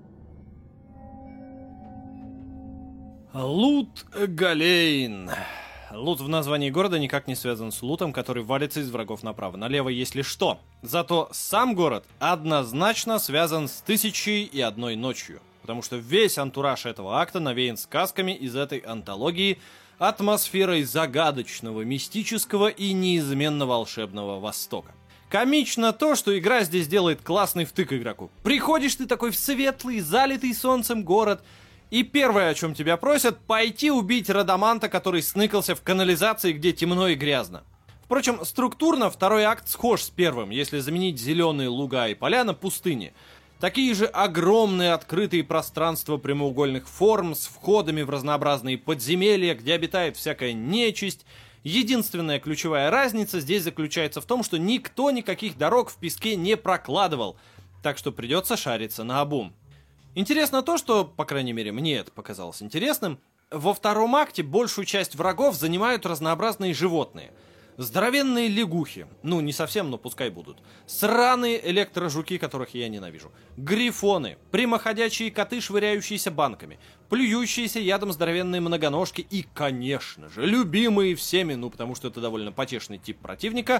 Лут Галейн. Лут в названии города никак не связан с лутом, который валится из врагов направо-налево, если что. Зато сам город однозначно связан с 1001 ночью. Потому что весь антураж этого акта навеян сказками из этой антологии, атмосферой загадочного, мистического и неизменно волшебного Востока. Комично то, что игра здесь делает классный втык игроку. Приходишь ты такой в светлый, залитый солнцем город, и первое, о чем тебя просят, пойти убить Радаманта, который сныкался в канализации, где темно и грязно. Впрочем, структурно второй акт схож с первым, если заменить зеленые луга и поля на пустыни. Такие же огромные открытые пространства прямоугольных форм с входами в разнообразные подземелья, где обитает всякая нечисть. Единственная ключевая разница здесь заключается в том, что никто никаких дорог в песке не прокладывал, так что придется шариться наобум. Интересно то, что, по крайней мере, мне это показалось интересным, во втором акте большую часть врагов занимают разнообразные животные. Здоровенные лягухи, ну не совсем, но пускай будут. Сраные электрожуки, которых я ненавижу. Грифоны, прямоходячие коты, швыряющиеся банками, плюющиеся ядом здоровенные многоножки и, конечно же, любимые всеми, ну потому что это довольно потешный тип противника,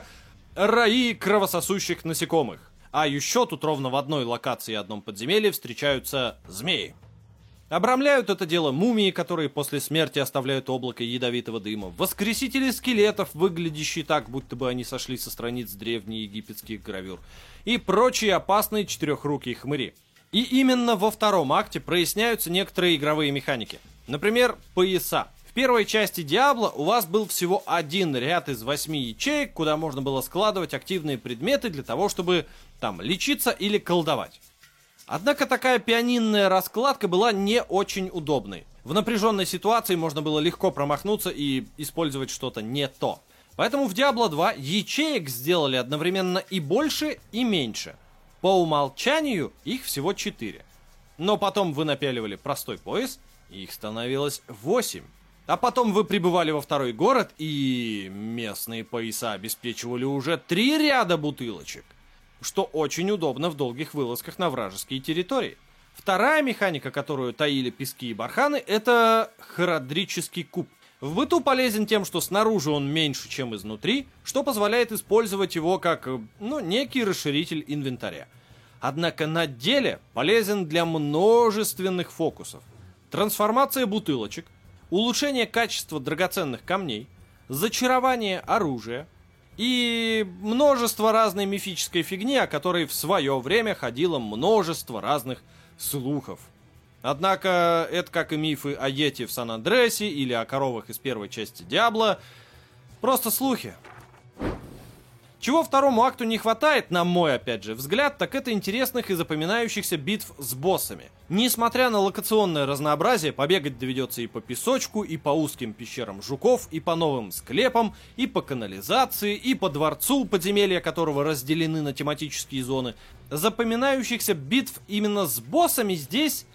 раи кровососущих насекомых. А еще тут ровно в одной локации и одном подземелье встречаются змеи. Обрамляют это дело мумии, которые после смерти оставляют облако ядовитого дыма, воскресители скелетов, выглядящие так, будто бы они сошли со страниц древнеегипетских гравюр, и прочие опасные четырехрукие хмыри. И именно во втором акте проясняются некоторые игровые механики. Например, пояса. В первой части Diablo у вас был всего один ряд из 8 ячеек, куда можно было складывать активные предметы для того, чтобы там лечиться или колдовать. Однако такая пианинная раскладка была не очень удобной. В напряженной ситуации можно было легко промахнуться и использовать что-то не то. Поэтому в Diablo 2 ячеек сделали одновременно и больше, и меньше. По умолчанию их всего 4. Но потом вы напяливали простой пояс, и их становилось 8. А потом вы прибывали во второй город, и местные пояса обеспечивали уже 3 ряда бутылочек. Что очень удобно в долгих вылазках на вражеские территории. Вторая механика, которую таили пески и барханы, это хородрический куб. В быту полезен тем, что снаружи он меньше, чем изнутри, что позволяет использовать его как, некий расширитель инвентаря. Однако на деле полезен для множественных фокусов. Трансформация бутылочек, улучшение качества драгоценных камней, зачарование оружия, И множество разной мифической фигни, о которой в свое время ходило множество разных слухов. Однако это, как и мифы о Йети в Сан-Андреасе или о коровах из первой части Диабло, просто слухи. Чего второму акту не хватает, на мой, опять же, взгляд, так это интересных и запоминающихся битв с боссами. Несмотря на локационное разнообразие, побегать доведется и по песочку, и по узким пещерам жуков, и по новым склепам, и по канализации, и по дворцу, подземелья которого разделены на тематические зоны. Запоминающихся битв именно с боссами здесь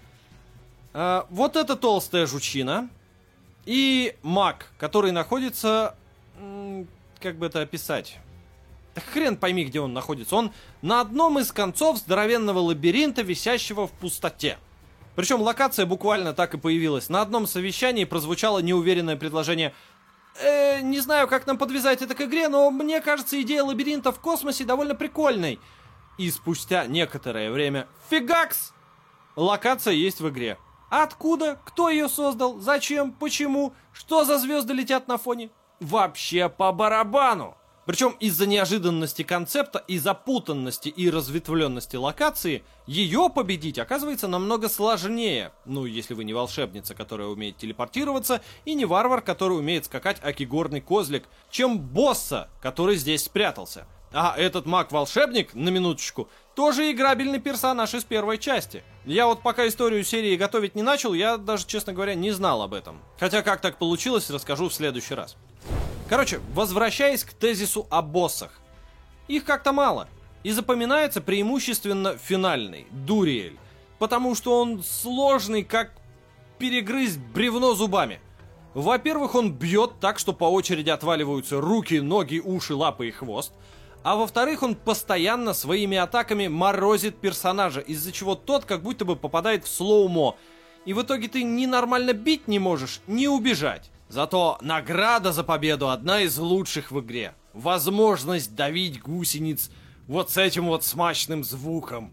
вот эта толстая жучина и маг, который находится... как бы это описать... Да хрен пойми, где он находится. Он на одном из концов здоровенного лабиринта, висящего в пустоте. Причем локация буквально так и появилась. На одном совещании прозвучало неуверенное предложение: не знаю, как нам подвязать это к игре, но мне кажется, идея лабиринта в космосе довольно прикольной. И спустя некоторое время фигакс! Локация есть в игре. Откуда? Кто ее создал? Зачем? Почему? Что за звезды летят на фоне? Вообще по барабану! Причем из-за неожиданности концепта и запутанности и разветвленности локации ее победить оказывается намного сложнее. Ну, если вы не волшебница, которая умеет телепортироваться, и не варвар, который умеет скакать аки горный козлик, чем босса, который здесь спрятался. А этот маг-волшебник, на минуточку, тоже играбельный персонаж из первой части. Я вот пока историю серии готовить не начал, я даже, честно говоря, не знал об этом. Хотя как так получилось, расскажу в следующий раз. Короче, возвращаясь к тезису о боссах. Их как-то мало. И запоминается преимущественно финальный, Дуриэль. Потому что он сложный, как перегрызть бревно зубами. Во-первых, он бьет так, что по очереди отваливаются руки, ноги, уши, лапы и хвост. А во-вторых, он постоянно своими атаками морозит персонажа, из-за чего тот как будто бы попадает в слоумо. И в итоге ты ни нормально бить не можешь, ни убежать. Зато награда за победу одна из лучших в игре. Возможность давить гусениц вот с этим вот смачным звуком.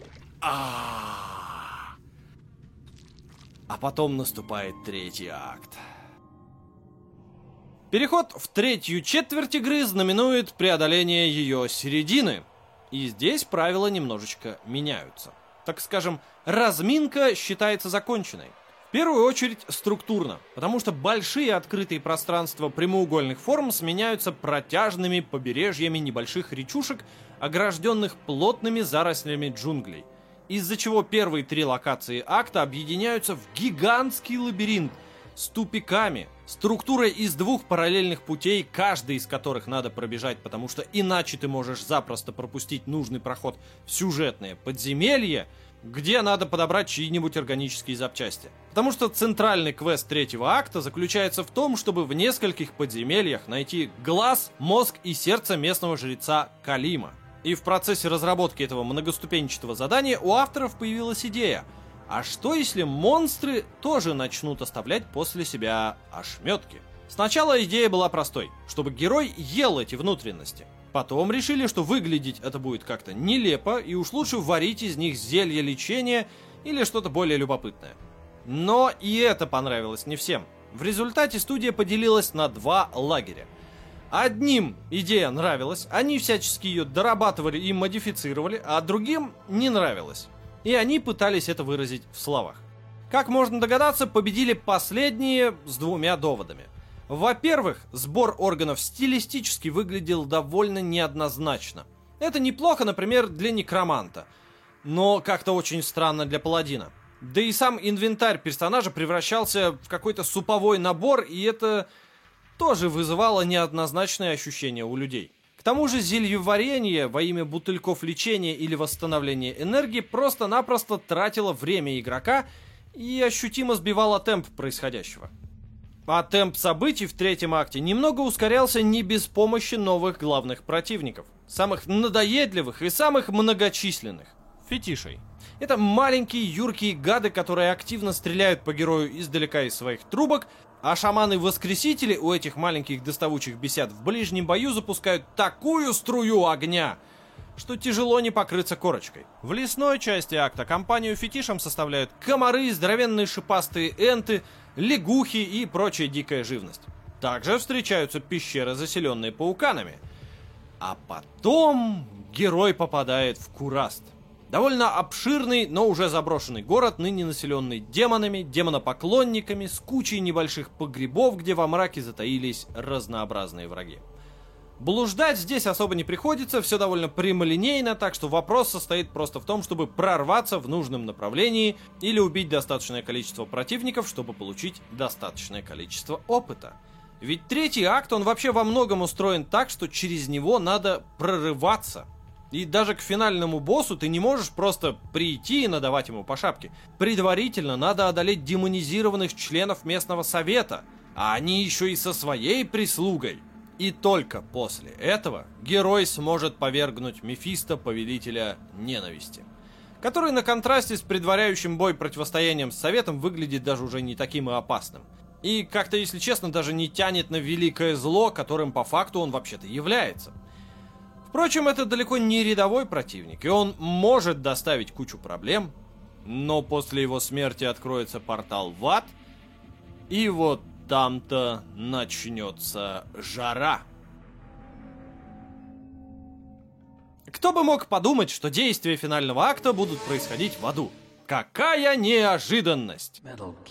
А потом наступает третий акт. Переход в третью четверть игры знаменует преодоление ее середины. И здесь правила немножечко меняются. Так скажем, разминка считается законченной. В первую очередь структурно, потому что большие открытые пространства прямоугольных форм сменяются протяжными побережьями небольших речушек, огражденных плотными зарослями джунглей. Из-за чего первые три локации акта объединяются в гигантский лабиринт с тупиками, структурой из двух параллельных путей, каждый из которых надо пробежать, потому что иначе ты можешь запросто пропустить нужный проход в сюжетное подземелье, где надо подобрать чьи-нибудь органические запчасти. Потому что центральный квест третьего акта заключается в том, чтобы в нескольких подземельях найти глаз, мозг и сердце местного жреца Калима. И в процессе разработки этого многоступенчатого задания у авторов появилась идея: а что если монстры тоже начнут оставлять после себя ошметки? Сначала идея была простой, чтобы герой ел эти внутренности. Потом решили, что выглядеть это будет как-то нелепо, и уж лучше варить из них зелье лечения или что-то более любопытное. Но и это понравилось не всем. В результате студия поделилась на два лагеря. Одним идея нравилась, они всячески ее дорабатывали и модифицировали, а другим не нравилось. И они пытались это выразить в словах. Как можно догадаться, победили последние с двумя доводами. Во-первых, сбор органов стилистически выглядел довольно неоднозначно. Это неплохо, например, для некроманта, но как-то очень странно для паладина. Да и сам инвентарь персонажа превращался в какой-то суповой набор, и это тоже вызывало неоднозначные ощущения у людей. К тому же зельеварение во имя бутыльков лечения или восстановления энергии просто-напросто тратило время игрока и ощутимо сбивало темп происходящего. А темп событий в третьем акте немного ускорялся не без помощи новых главных противников. Самых надоедливых и самых многочисленных. Фетишей. Это маленькие юркие гады, которые активно стреляют по герою издалека из своих трубок, а шаманы-воскресители у этих маленьких доставучих бесят в ближнем бою запускают такую струю огня, что тяжело не покрыться корочкой. В лесной части акта компанию фетишам составляют комары, здоровенные шипастые энты, лягухи и прочая дикая живность. Также встречаются пещеры, заселенные пауканами. А потом герой попадает в Кураст. Довольно обширный, но уже заброшенный город, ныне населенный демонами, демонопоклонниками, с кучей небольших погребов, где во мраке затаились разнообразные враги. Блуждать здесь особо не приходится, все довольно прямолинейно, так что вопрос состоит просто в том, чтобы прорваться в нужном направлении или убить достаточное количество противников, чтобы получить достаточное количество опыта. Ведь третий акт, он вообще во многом устроен так, что через него надо прорываться. И даже к финальному боссу ты не можешь просто прийти и надавать ему по шапке. Предварительно надо одолеть демонизированных членов местного совета, а они еще и со своей прислугой. И только после этого герой сможет повергнуть Мефисто, повелителя ненависти, который на контрасте с предваряющим бой противостоянием с советом выглядит даже уже не таким и опасным. И как-то, если честно, даже не тянет на великое зло, которым по факту он вообще-то является. Впрочем, это далеко не рядовой противник, и он может доставить кучу проблем, но после его смерти откроется портал в ад, и вот там-то начнется жара. Кто бы мог подумать, что действия финального акта будут происходить в аду? Какая неожиданность!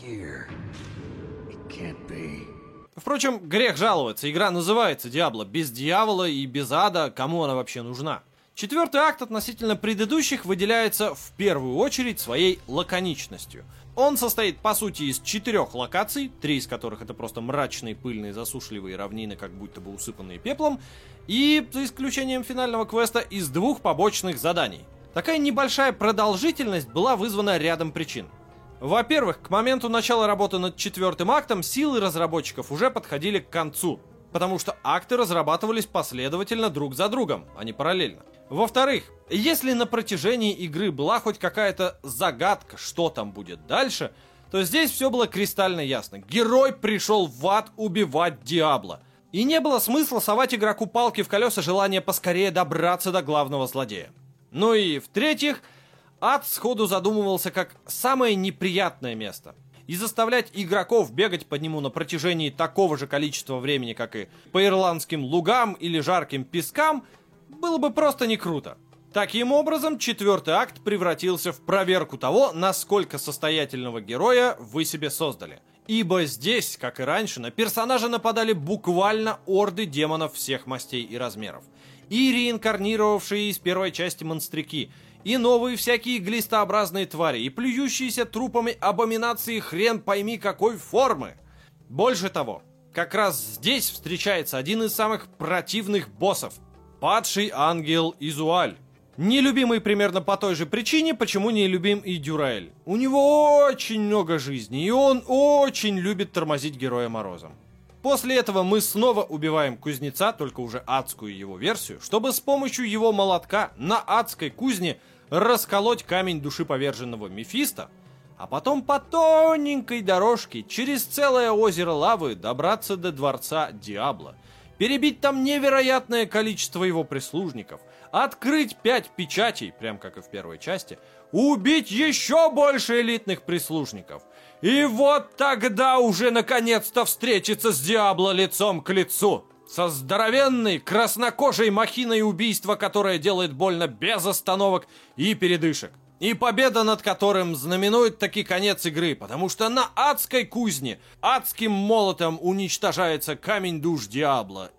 Впрочем, грех жаловаться, игра называется Диабло. Без дьявола и без ада кому она вообще нужна? Четвертый акт относительно предыдущих выделяется в первую очередь своей лаконичностью. Он состоит, по сути, из 4 локаций, 3 из которых это просто мрачные, пыльные, засушливые равнины, как будто бы усыпанные пеплом, и, за исключением финального квеста, из 2 побочных заданий. Такая небольшая продолжительность была вызвана рядом причин. Во-первых, к моменту начала работы над 4-м актом силы разработчиков уже подходили к концу, потому что акты разрабатывались последовательно друг за другом, а не параллельно. Во-вторых, если на протяжении игры была хоть какая-то загадка, что там будет дальше, то здесь все было кристально ясно. Герой пришел в ад убивать Диабло. И не было смысла совать игроку палки в колеса желания поскорее добраться до главного злодея. Ну и в-третьих, ад сходу задумывался как самое неприятное место. И заставлять игроков бегать по нему на протяжении такого же количества времени, как и по ирландским лугам или жарким пескам, было бы просто не круто. Таким образом, 4-й акт превратился в проверку того, насколько состоятельного героя вы себе создали. Ибо здесь, как и раньше, на персонажа нападали буквально орды демонов всех мастей и размеров. И реинкарнировавшие из первой части монстряки, и новые всякие глистообразные твари, и плюющиеся трупами абоминации хрен пойми какой формы. Больше того, как раз здесь встречается один из самых противных боссов — падший ангел Изуаль. Нелюбимый примерно по той же причине, почему не любим и Дюраэль. У него очень много жизни, и он очень любит тормозить Героя Морозом. После этого мы снова убиваем кузнеца, только уже адскую его версию, чтобы с помощью его молотка на адской кузне расколоть камень души поверженного Мефисто, а потом по тоненькой дорожке через целое озеро лавы добраться до дворца Диабло, перебить там невероятное количество его прислужников, открыть 5 печатей, прям как и в первой части, убить еще больше элитных прислужников. И вот тогда уже наконец-то встретиться с Диабло лицом к лицу. Со здоровенной, краснокожей махиной убийства, которая делает больно без остановок и передышек. И победа над которым знаменует таки конец игры, потому что на адской кузне адским молотом уничтожается камень душ Диабло.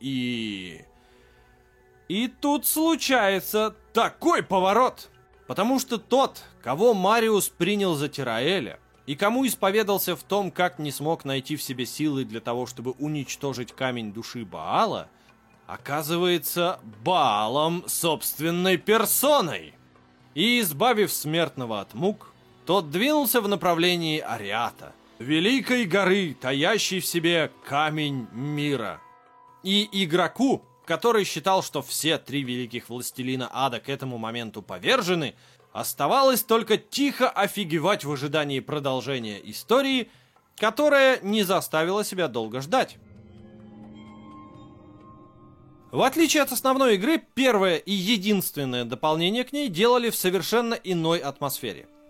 И тут случается такой поворот. Потому что тот, кого Мариус принял за Тираэля, и кому исповедался в том, как не смог найти в себе силы для того, чтобы уничтожить камень души Баала, оказывается Баалом собственной персоной. И, избавив смертного от мук, тот двинулся в направлении Ариата, великой горы, таящей в себе камень мира. И игроку, который считал, что все 3 великих властелина ада к этому моменту повержены, оставалось только тихо офигевать в ожидании продолжения истории, которая не заставила себя долго ждать. В отличие от основной игры, первое и единственное дополнение к ней делали в совершенно иной атмосфере.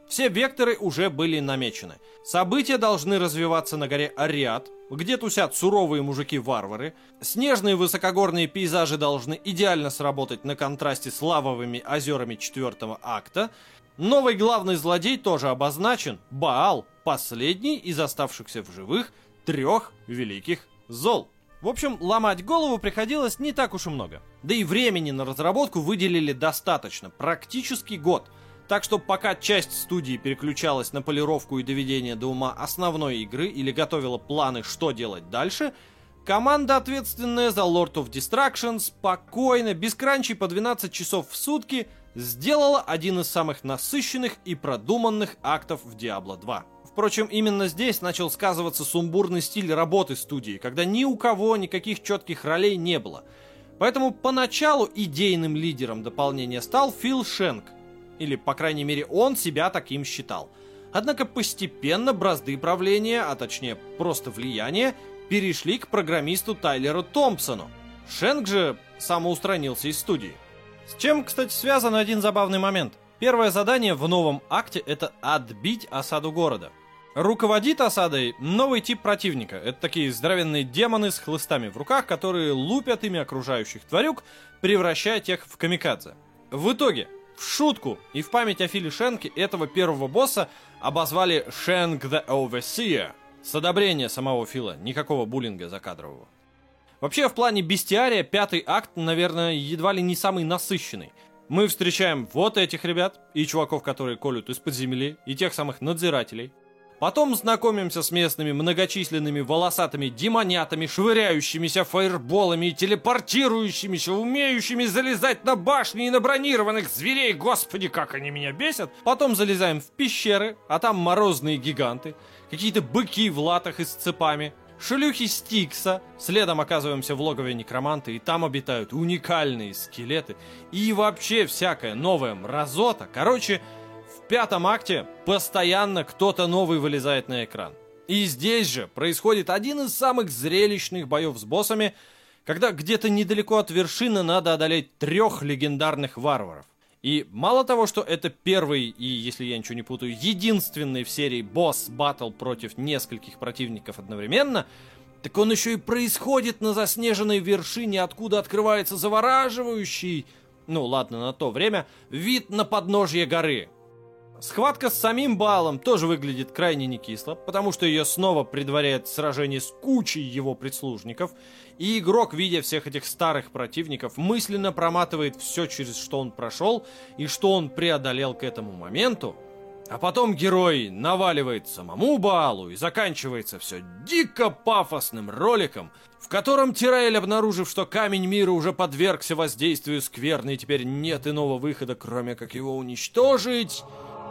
Все векторы уже были намечены. События должны развиваться на горе Ариад, где тусят суровые мужики-варвары. Снежные высокогорные пейзажи должны идеально сработать на контрасте с лавовыми озерами 4-го акта. Новый главный злодей тоже обозначен – Баал, последний из оставшихся в живых 3 великих зол. В общем, ломать голову приходилось не так уж и много. Да и времени на разработку выделили достаточно, практически год. Так что пока часть студии переключалась на полировку и доведение до ума основной игры или готовила планы, что делать дальше, команда, ответственная за Lord of Destruction, спокойно, без кранчей по 12 часов в сутки, сделала один из самых насыщенных и продуманных актов в Diablo 2. Впрочем, именно здесь начал сказываться сумбурный стиль работы студии, когда ни у кого никаких четких ролей не было. Поэтому поначалу идейным лидером дополнения стал Фил Шенк, или, по крайней мере, он себя таким считал. Однако постепенно бразды правления, а точнее просто влияния, перешли к программисту Тайлеру Томпсону. Шенк же самоустранился из студии. С чем, кстати, связан один забавный момент. Первое задание в новом акте — это отбить осаду города. Руководит осадой новый тип противника. Это такие здоровенные демоны с хлыстами в руках, которые лупят ими окружающих тварюк, превращая тех в камикадзе. В итоге, в шутку и в память о Филе Шенке этого первого босса обозвали Шенк the Overseer. С одобрения самого Фила, никакого буллинга закадрового. Вообще, в плане бестиария, 5-й акт, наверное, едва ли не самый насыщенный. Мы встречаем вот этих ребят, и чуваков, которые колют из-под земли, и тех самых надзирателей. Потом знакомимся с местными многочисленными волосатыми демонятами, швыряющимися фаерболами и телепортирующимися, умеющими залезать на башни и на бронированных зверей. Господи, как они меня бесят! Потом залезаем в пещеры, а там морозные гиганты, какие-то быки в латах и с цепами, шлюхи Стикса. Следом оказываемся в логове некроманта, и там обитают уникальные скелеты и вообще всякая новая мразота. Короче, в 5-м акте постоянно кто-то новый вылезает на экран. И здесь же происходит один из самых зрелищных боев с боссами, когда где-то недалеко от вершины надо одолеть 3 легендарных варваров. И мало того, что это первый и, если я ничего не путаю, единственный в серии босс-баттл против нескольких противников одновременно, так он еще и происходит на заснеженной вершине, откуда открывается завораживающий, ну ладно, на то время, вид на подножье горы. Схватка с самим Баалом тоже выглядит крайне некисло, потому что ее снова предваряет сражение с кучей его прислужников, и игрок, видя всех этих старых противников, мысленно проматывает все, через что он прошел и что он преодолел к этому моменту, а потом герой наваливает самому Баалу, и заканчивается все дико пафосным роликом, в котором Тираэль, обнаружив, что камень мира уже подвергся воздействию скверны, и теперь нет иного выхода, кроме как его уничтожить,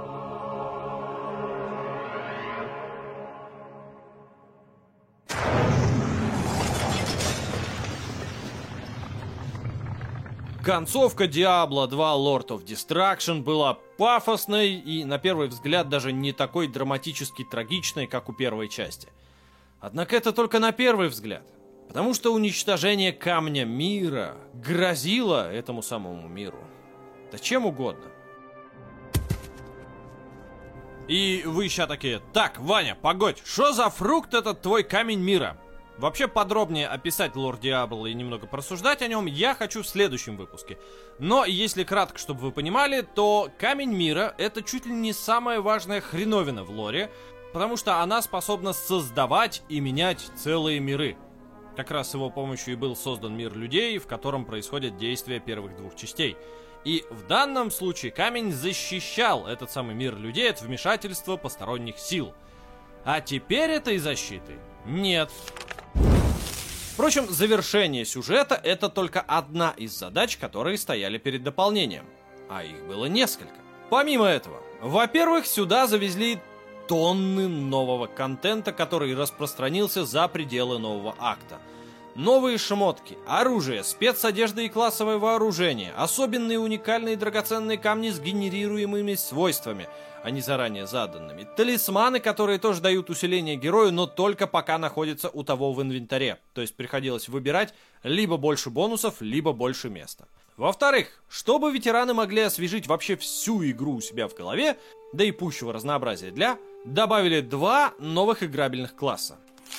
концовка Diablo 2 Lord of Destruction была пафосной и, на первый взгляд, даже не такой драматически трагичной, как у первой части. Однако это только на первый взгляд, потому что уничтожение Камня Мира грозило этому самому миру. Да чем угодно. И вы еще такие: так, Ваня, погодь, что за фрукт этот твой Камень Мира? Вообще подробнее описать лор Diablo и немного порассуждать о нем я хочу в следующем выпуске. Но если кратко, чтобы вы понимали, то Камень Мира — это чуть ли не самая важная хреновина в лоре, потому что она способна создавать и менять целые миры. Как раз с его помощью и был создан мир людей, в котором происходят действия первых 2 частей. И в данном случае камень защищал этот самый мир людей от вмешательства посторонних сил. А теперь этой защиты нет. Впрочем, завершение сюжета — это только одна из задач, которые стояли перед дополнением. А их было несколько. Помимо этого, во-первых, сюда завезли тонны нового контента, который распространился за пределы нового акта. Новые шмотки, оружие, спецодежда и классовое вооружение, особенные уникальные драгоценные камни с генерируемыми свойствами, а не заранее заданными, талисманы, которые тоже дают усиление герою, но только пока находятся у того в инвентаре, то есть приходилось выбирать либо больше бонусов, либо больше места. Во-вторых, чтобы ветераны могли освежить вообще всю игру у себя в голове, да и пущего разнообразия добавили 2 новых играбельных класса.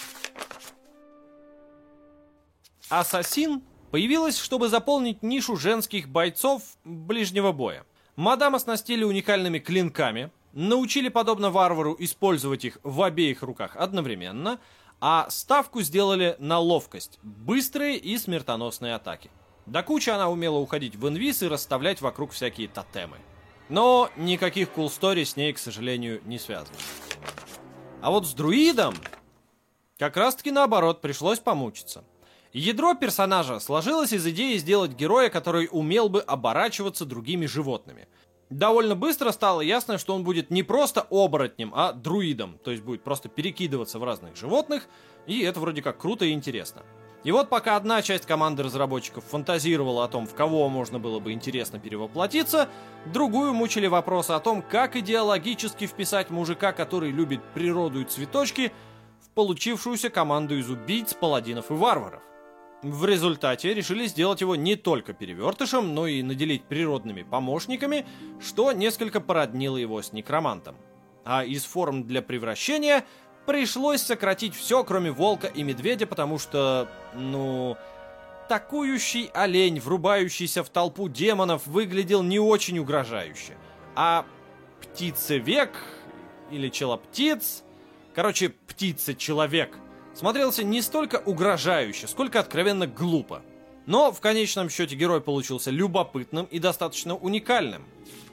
Ассасин появилась, чтобы заполнить нишу женских бойцов ближнего боя. Мадам оснастили уникальными клинками, научили, подобно варвару, использовать их в обеих руках одновременно, а ставку сделали на ловкость, быстрые и смертоносные атаки. До кучи она умела уходить в инвиз и расставлять вокруг всякие тотемы. Но никаких cool story с ней, к сожалению, не связано. А вот с друидом как раз-таки наоборот, пришлось помучиться. Ядро персонажа сложилось из идеи сделать героя, который умел бы оборачиваться другими животными. Довольно быстро стало ясно, что он будет не просто оборотнем, а друидом, то есть будет просто перекидываться в разных животных, и это вроде как круто и интересно. И вот пока одна часть команды разработчиков фантазировала о том, в кого можно было бы интересно перевоплотиться, другую мучили вопросы о том, как идеологически вписать мужика, который любит природу и цветочки, в получившуюся команду из убийц, паладинов и варваров. В результате решили сделать его не только перевертышем, но и наделить природными помощниками, что несколько породнило его с некромантом. А из форм для превращения пришлось сократить все, кроме волка и медведя, потому что, такующий олень, врубающийся в толпу демонов, выглядел не очень угрожающе. А птицевек, или челоптиц, птица-человек, смотрелся не столько угрожающе, сколько откровенно глупо. Но в конечном счете герой получился любопытным и достаточно уникальным.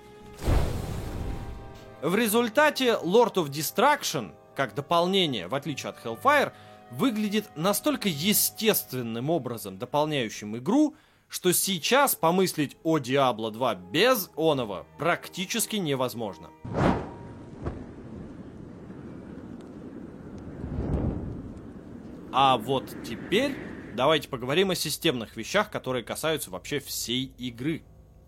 В результате Lord of Destruction, как дополнение, в отличие от Hellfire, выглядит настолько естественным образом, дополняющим игру, что сейчас помыслить о Diablo 2 без оного практически невозможно. А вот теперь давайте поговорим о системных вещах, которые касаются вообще всей игры.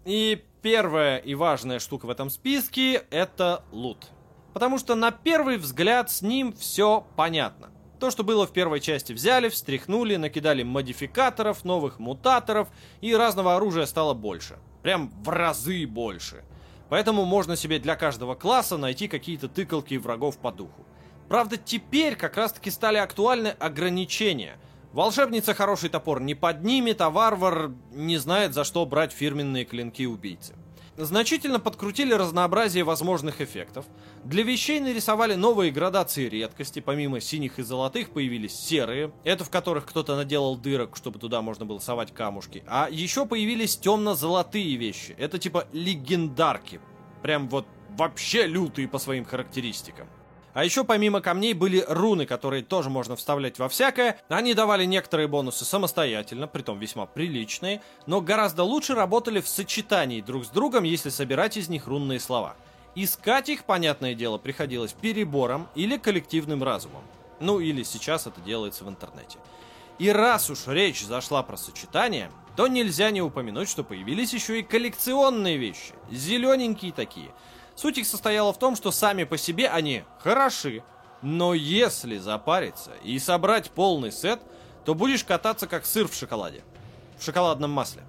И первая и важная штука в этом списке — это лут. Потому что на первый взгляд с ним все понятно. То, что было в первой части, взяли, встряхнули, накидали модификаторов, новых мутаторов, и разного оружия стало больше. Прям в разы больше. Поэтому можно себе для каждого класса найти какие-то тыкалки врагов по духу. Правда, теперь как раз-таки стали актуальны ограничения. Волшебница хороший топор не поднимет, а варвар не знает, за что брать фирменные клинки убийцы. Значительно подкрутили разнообразие возможных эффектов. Для вещей нарисовали новые градации редкости. Помимо синих и золотых появились серые. Это в которых кто-то наделал дырок, чтобы туда можно было совать камушки. А еще появились темно-золотые вещи. Это типа легендарки. Прям вот вообще лютые по своим характеристикам. А еще помимо камней были руны, которые тоже можно вставлять во всякое. Они давали некоторые бонусы самостоятельно, притом весьма приличные, но гораздо лучше работали в сочетании друг с другом, если собирать из них рунные слова. Искать их, понятное дело, приходилось перебором или коллективным разумом. Или сейчас это делается в интернете. И раз уж речь зашла про сочетание, то нельзя не упомянуть, что появились еще и коллекционные вещи. Зелененькие такие. Суть их состояла в том, что сами по себе они хороши, но если запариться и собрать полный сет, то будешь кататься как сыр в шоколаде. В шоколадном масле.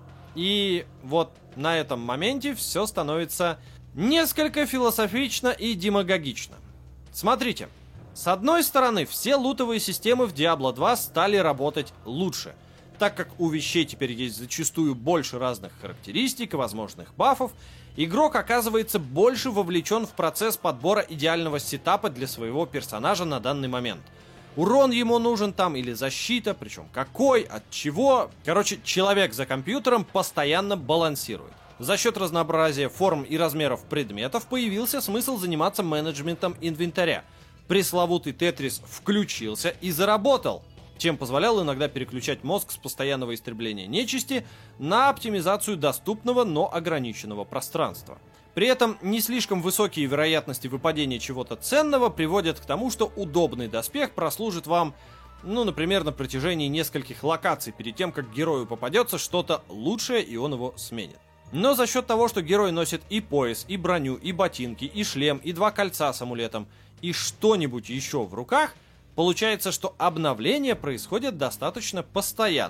И вот на этом моменте все становится несколько философично и демагогично. Смотрите, с одной стороны, все лутовые системы в Diablo 2 стали работать лучше, так как у вещей теперь есть зачастую больше разных характеристик и возможных бафов, игрок оказывается больше вовлечен в процесс подбора идеального сетапа для своего персонажа на данный момент. Урон ему нужен там или защита, причем какой, от чего. Человек за компьютером постоянно балансирует. За счет разнообразия форм и размеров предметов появился смысл заниматься менеджментом инвентаря. Пресловутый Тетрис включился и заработал, чем позволял иногда переключать мозг с постоянного истребления нечисти на оптимизацию доступного, но ограниченного пространства. При этом не слишком высокие вероятности выпадения чего-то ценного приводят к тому, что удобный доспех прослужит вам, например, на протяжении нескольких локаций перед тем, как герою попадется что-то лучшее, и он его сменит. Но за счет того, что герой носит и пояс, и броню, и ботинки, и шлем, и 2 кольца с амулетом, и что-нибудь еще в руках, получается, что обновления происходят достаточно постоянно.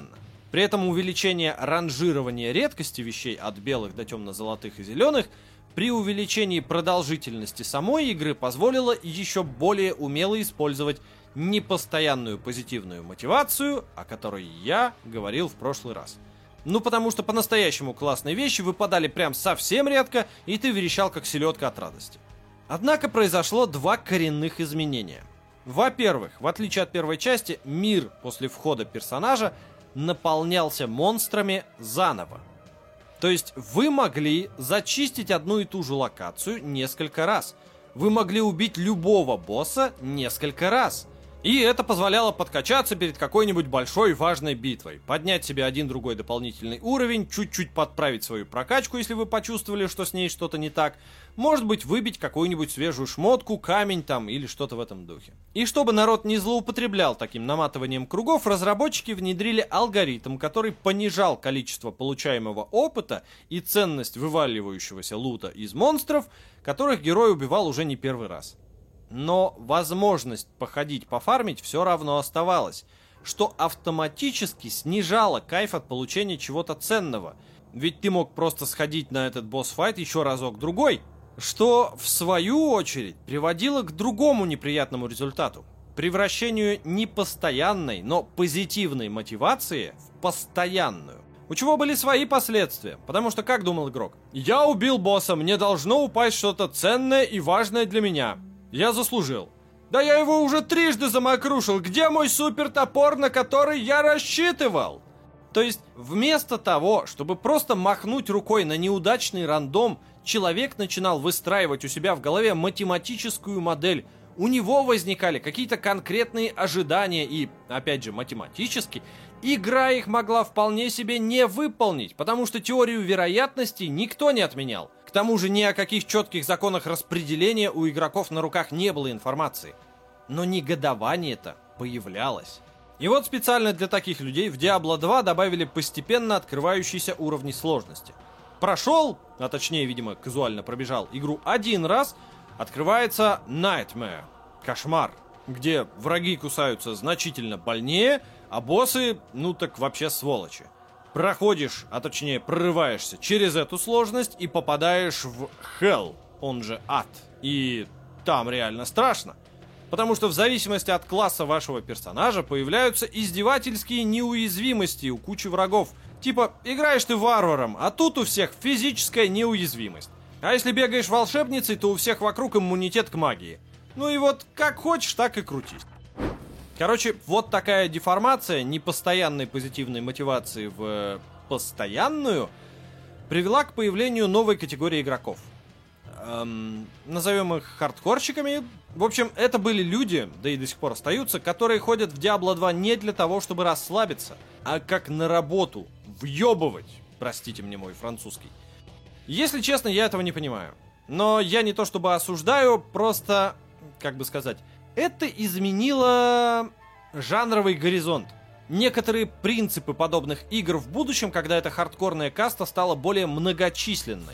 При этом увеличение ранжирования редкости вещей от белых до темно-золотых и зеленых при увеличении продолжительности самой игры позволило еще более умело использовать непостоянную позитивную мотивацию, о которой я говорил в прошлый раз. Ну потому что по-настоящему классные вещи выпадали прям совсем редко, и ты верещал как селедка от радости. Однако произошло два коренных изменения. Во-первых, в отличие от первой части, мир после входа персонажа наполнялся монстрами заново. То есть вы могли зачистить одну и ту же локацию несколько раз. Вы могли убить любого босса несколько раз. И это позволяло подкачаться перед какой-нибудь большой важной битвой, поднять себе один-другой дополнительный уровень, чуть-чуть подправить свою прокачку, если вы почувствовали, что с ней что-то не так, может быть, выбить какую-нибудь свежую шмотку, камень там или что-то в этом духе. И чтобы народ не злоупотреблял таким наматыванием кругов, разработчики внедрили алгоритм, который понижал количество получаемого опыта и ценность вываливающегося лута из монстров, которых герой убивал уже не первый раз. Но возможность походить, пофармить все равно оставалась, что автоматически снижало кайф от получения чего-то ценного. Ведь ты мог просто сходить на этот босс-файт еще разок-другой, что в свою очередь приводило к другому неприятному результату. Превращению непостоянной, но позитивной мотивации в постоянную. У чего были свои последствия, потому что, как думал игрок, я убил босса, мне должно упасть что-то ценное и важное для меня. Я заслужил. Да я его уже трижды замокрушил. Где мой супер-топор, на который я рассчитывал? То есть, вместо того, чтобы просто махнуть рукой на неудачный рандом, человек начинал выстраивать у себя в голове математическую модель. У него возникали какие-то конкретные ожидания и, опять же, математически, игра их могла вполне себе не выполнить, потому что теорию вероятностей никто не отменял. К тому же ни о каких четких законах распределения у игроков на руках не было информации. Но негодование-то появлялось. И вот специально для таких людей в Diablo 2 добавили постепенно открывающиеся уровни сложности. Прошел, а точнее, видимо, казуально пробежал игру один раз, открывается Nightmare, кошмар, где враги кусаются значительно больнее, а боссы, ну так вообще сволочи. Проходишь, а точнее прорываешься через эту сложность и попадаешь в Hell, он же ад. И там реально страшно. Потому что в зависимости от класса вашего персонажа появляются издевательские неуязвимости у кучи врагов. Типа, играешь ты варваром, а тут у всех физическая неуязвимость. А если бегаешь волшебницей, то у всех вокруг иммунитет к магии. Ну и вот как хочешь, так и крутись. Короче, вот такая деформация непостоянной позитивной мотивации в постоянную привела к появлению новой категории игроков. Назовем их хардкорщиками. В общем, это были люди, да и до сих пор остаются, которые ходят в Diablo 2 не для того, чтобы расслабиться, а как на работу, въебывать. Простите мне мой французский. Если честно, я этого не понимаю. Но я не то чтобы осуждаю, просто, как бы сказать, это изменило жанровый горизонт. Некоторые принципы подобных игр в будущем, когда эта хардкорная каста стала более многочисленной.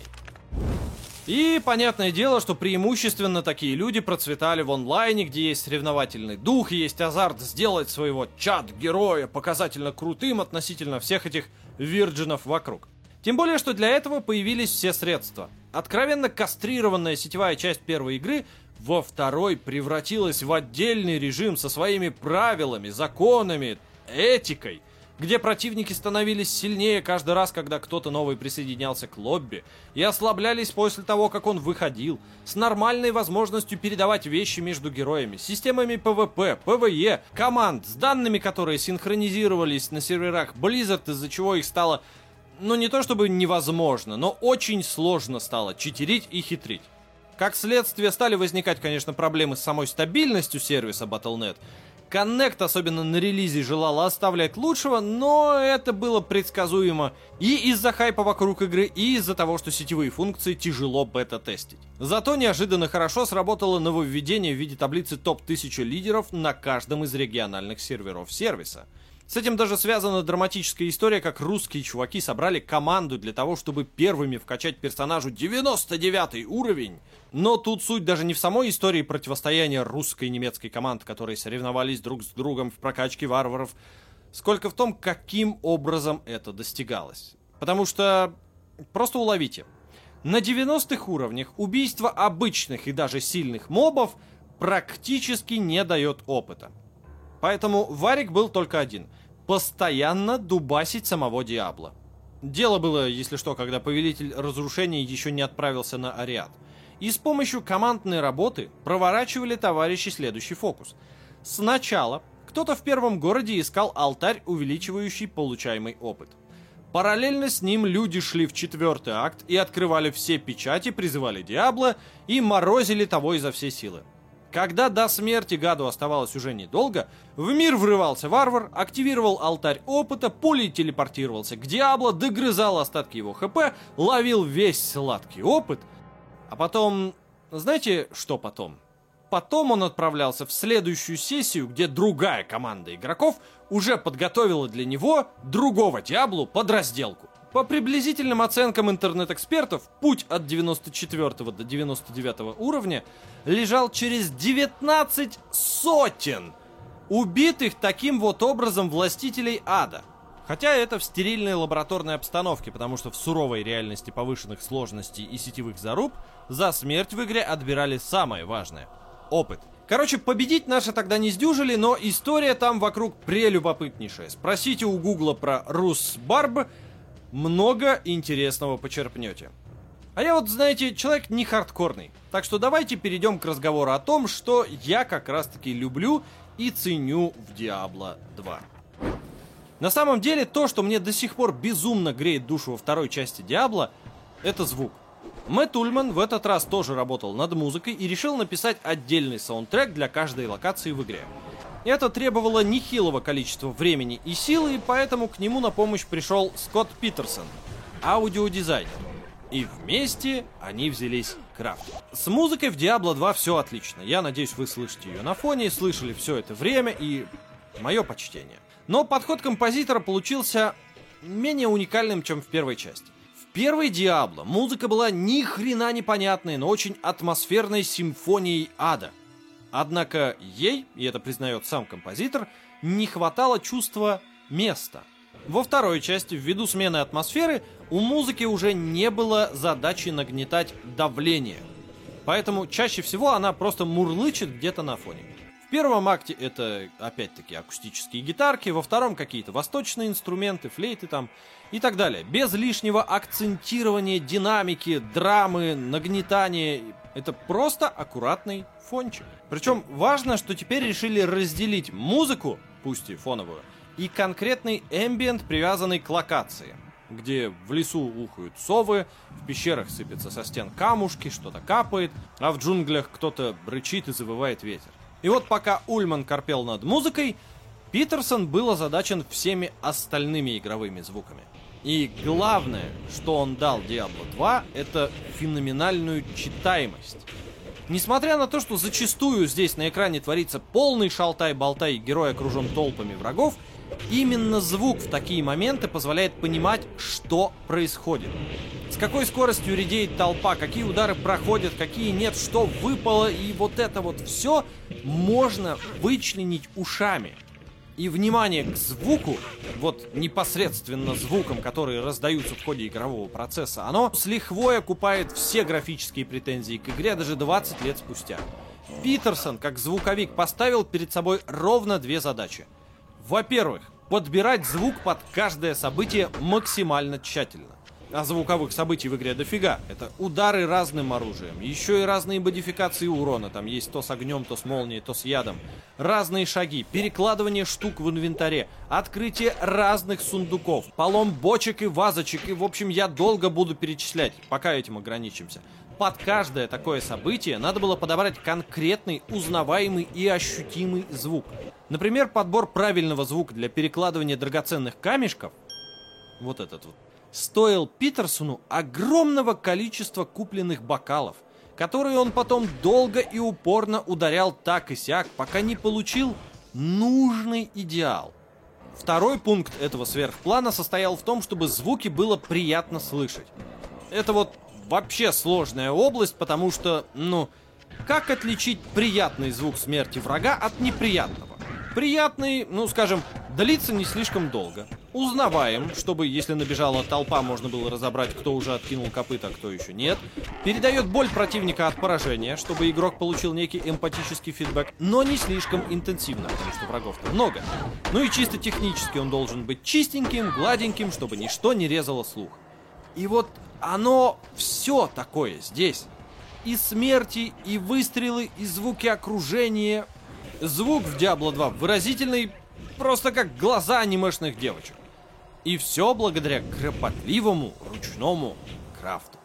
И понятное дело, что преимущественно такие люди процветали в онлайне, где есть соревновательный дух и есть азарт сделать своего чат-героя показательно крутым относительно всех этих вирджинов вокруг. Тем более, что для этого появились все средства. Откровенно кастрированная сетевая часть первой игры во второй превратилась в отдельный режим со своими правилами, законами, этикой, где противники становились сильнее каждый раз, когда кто-то новый присоединялся к лобби, и ослаблялись после того, как он выходил, с нормальной возможностью передавать вещи между героями, системами PvP, PvE, команд, с данными, которые синхронизировались на серверах Blizzard, из-за чего их стало, ну не то чтобы невозможно, но очень сложно стало читерить и хитрить. Как следствие, стали возникать, конечно, проблемы с самой стабильностью сервиса Battle.net. Connect, особенно на релизе, желала оставлять лучшего, но это было предсказуемо и из-за хайпа вокруг игры, и из-за того, что сетевые функции тяжело бета-тестить. Зато неожиданно хорошо сработало нововведение в виде таблицы топ-1000 лидеров на каждом из региональных серверов сервиса. С этим даже связана драматическая история, как русские чуваки собрали команду для того, чтобы первыми вкачать персонажу 99 уровень. Но тут суть даже не в самой истории противостояния русской и немецкой команд, которые соревновались друг с другом в прокачке варваров. сколько в том, каким образом это достигалось. Потому что, просто уловите, на 90-х уровнях убийство обычных и даже сильных мобов практически не дает опыта. Поэтому варик был только один – постоянно дубасить самого Диабло. Дело было, если что, когда Повелитель Разрушений еще не отправился на Ариад. И с помощью командной работы проворачивали товарищи следующий фокус. Сначала кто-то в первом городе искал алтарь, увеличивающий получаемый опыт. Параллельно с ним люди шли в 4-й акт и открывали все печати, призывали Диабло и морозили того изо всей силы. Когда до смерти гаду оставалось уже недолго, в мир врывался варвар, активировал алтарь опыта, пулей телепортировался к Диабло, догрызал остатки его ХП, ловил весь сладкий опыт, а потом... Знаете, что потом? Потом он отправлялся в следующую сессию, где другая команда игроков уже подготовила для него другого Диаблу под разделку. По приблизительным оценкам интернет-экспертов, путь от 94 до 99 уровня лежал через 19 сотен убитых таким вот образом властителей ада. Хотя это в стерильной лабораторной обстановке, потому что в суровой реальности повышенных сложностей и сетевых заруб за смерть в игре отбирали самое важное — опыт. Короче, победить наши тогда не сдюжили, но история там вокруг прелюбопытнейшая. Спросите у Гугла про Русбарб, много интересного почерпнете. А я вот, знаете, человек не хардкорный, так что давайте перейдем к разговору о том, что я как раз-таки люблю и ценю в Diablo 2. На самом деле, то, что мне до сих пор безумно греет душу во второй части Diablo, это звук. Мэтт Ульман в этот раз тоже работал над музыкой и решил написать отдельный саундтрек для каждой локации в игре. Это требовало нехилого количества времени и силы, и поэтому к нему на помощь пришел Скотт Питерсон, аудиодизайнер. И вместе они взялись крафтить. С музыкой в Diablo 2 все отлично. Я надеюсь, вы слышите ее на фоне, слышали все это время, и мое почтение. Но подход композитора получился менее уникальным, чем в первой части. В первой Diablo музыка была ни хрена непонятной, но очень атмосферной симфонией ада. Однако ей, и это признает сам композитор, не хватало чувства места. Во второй части, ввиду смены атмосферы, у музыки уже не было задачи нагнетать давление. Поэтому чаще всего она просто мурлычет где-то на фоне. В первом акте это, опять-таки, акустические гитарки, во втором какие-то восточные инструменты, флейты там и так далее. Без лишнего акцентирования динамики, драмы, нагнетания. Это просто аккуратный фончик. Причем важно, что теперь решили разделить музыку, пусть и фоновую, и конкретный эмбиент, привязанный к локации, где в лесу ухают совы, в пещерах сыпятся со стен камушки, что-то капает, а в джунглях кто-то рычит и завывает ветер. И вот пока Ульман корпел над музыкой, Питерсон был озадачен всеми остальными игровыми звуками. И главное, что он дал Diablo 2, это феноменальную читаемость. Несмотря на то, что зачастую здесь на экране творится полный шалтай-болтай и герой окружен толпами врагов, именно звук в такие моменты позволяет понимать, что происходит. С какой скоростью редеет толпа, какие удары проходят, какие нет, что выпало, и вот это вот все можно вычленить ушами. И внимание к звуку, вот непосредственно звукам, которые раздаются в ходе игрового процесса, оно с лихвой окупает все графические претензии к игре даже 20 лет спустя. Питерсон, как звуковик, поставил перед собой ровно две задачи. Во-первых, подбирать звук под каждое событие максимально тщательно. А звуковых событий в игре дофига. Это удары разным оружием, еще и разные модификации урона. Там есть то с огнем, то с молнией, то с ядом. Разные шаги, перекладывание штук в инвентаре, открытие разных сундуков, полом бочек и вазочек. И, в общем, я долго буду перечислять, пока этим ограничимся. Под каждое такое событие надо было подобрать конкретный, узнаваемый и ощутимый звук. Например, подбор правильного звука для перекладывания драгоценных камешков, вот этот вот, стоил Питерсону огромного количества купленных бокалов, которые он потом долго и упорно ударял так и сяк, пока не получил нужный идеал. Второй пункт этого сверхплана состоял в том, чтобы звуки было приятно слышать. Это вот вообще сложная область, потому что, как отличить приятный звук смерти врага от неприятного? Приятный, ну скажем, длится не слишком долго. Узнаваем, чтобы, если набежала толпа, можно было разобрать, кто уже откинул копыта, а кто еще нет. Передает боль противника от поражения, чтобы игрок получил некий эмпатический фидбэк, но не слишком интенсивно, потому что врагов-то много. Ну и чисто технически он должен быть чистеньким, гладеньким, чтобы ничто не резало слух. И вот оно все такое здесь. И смерти, и выстрелы, и звуки окружения. Звук в Diablo 2 выразительный, просто как глаза анимешных девочек. И все благодаря кропотливому ручному крафту.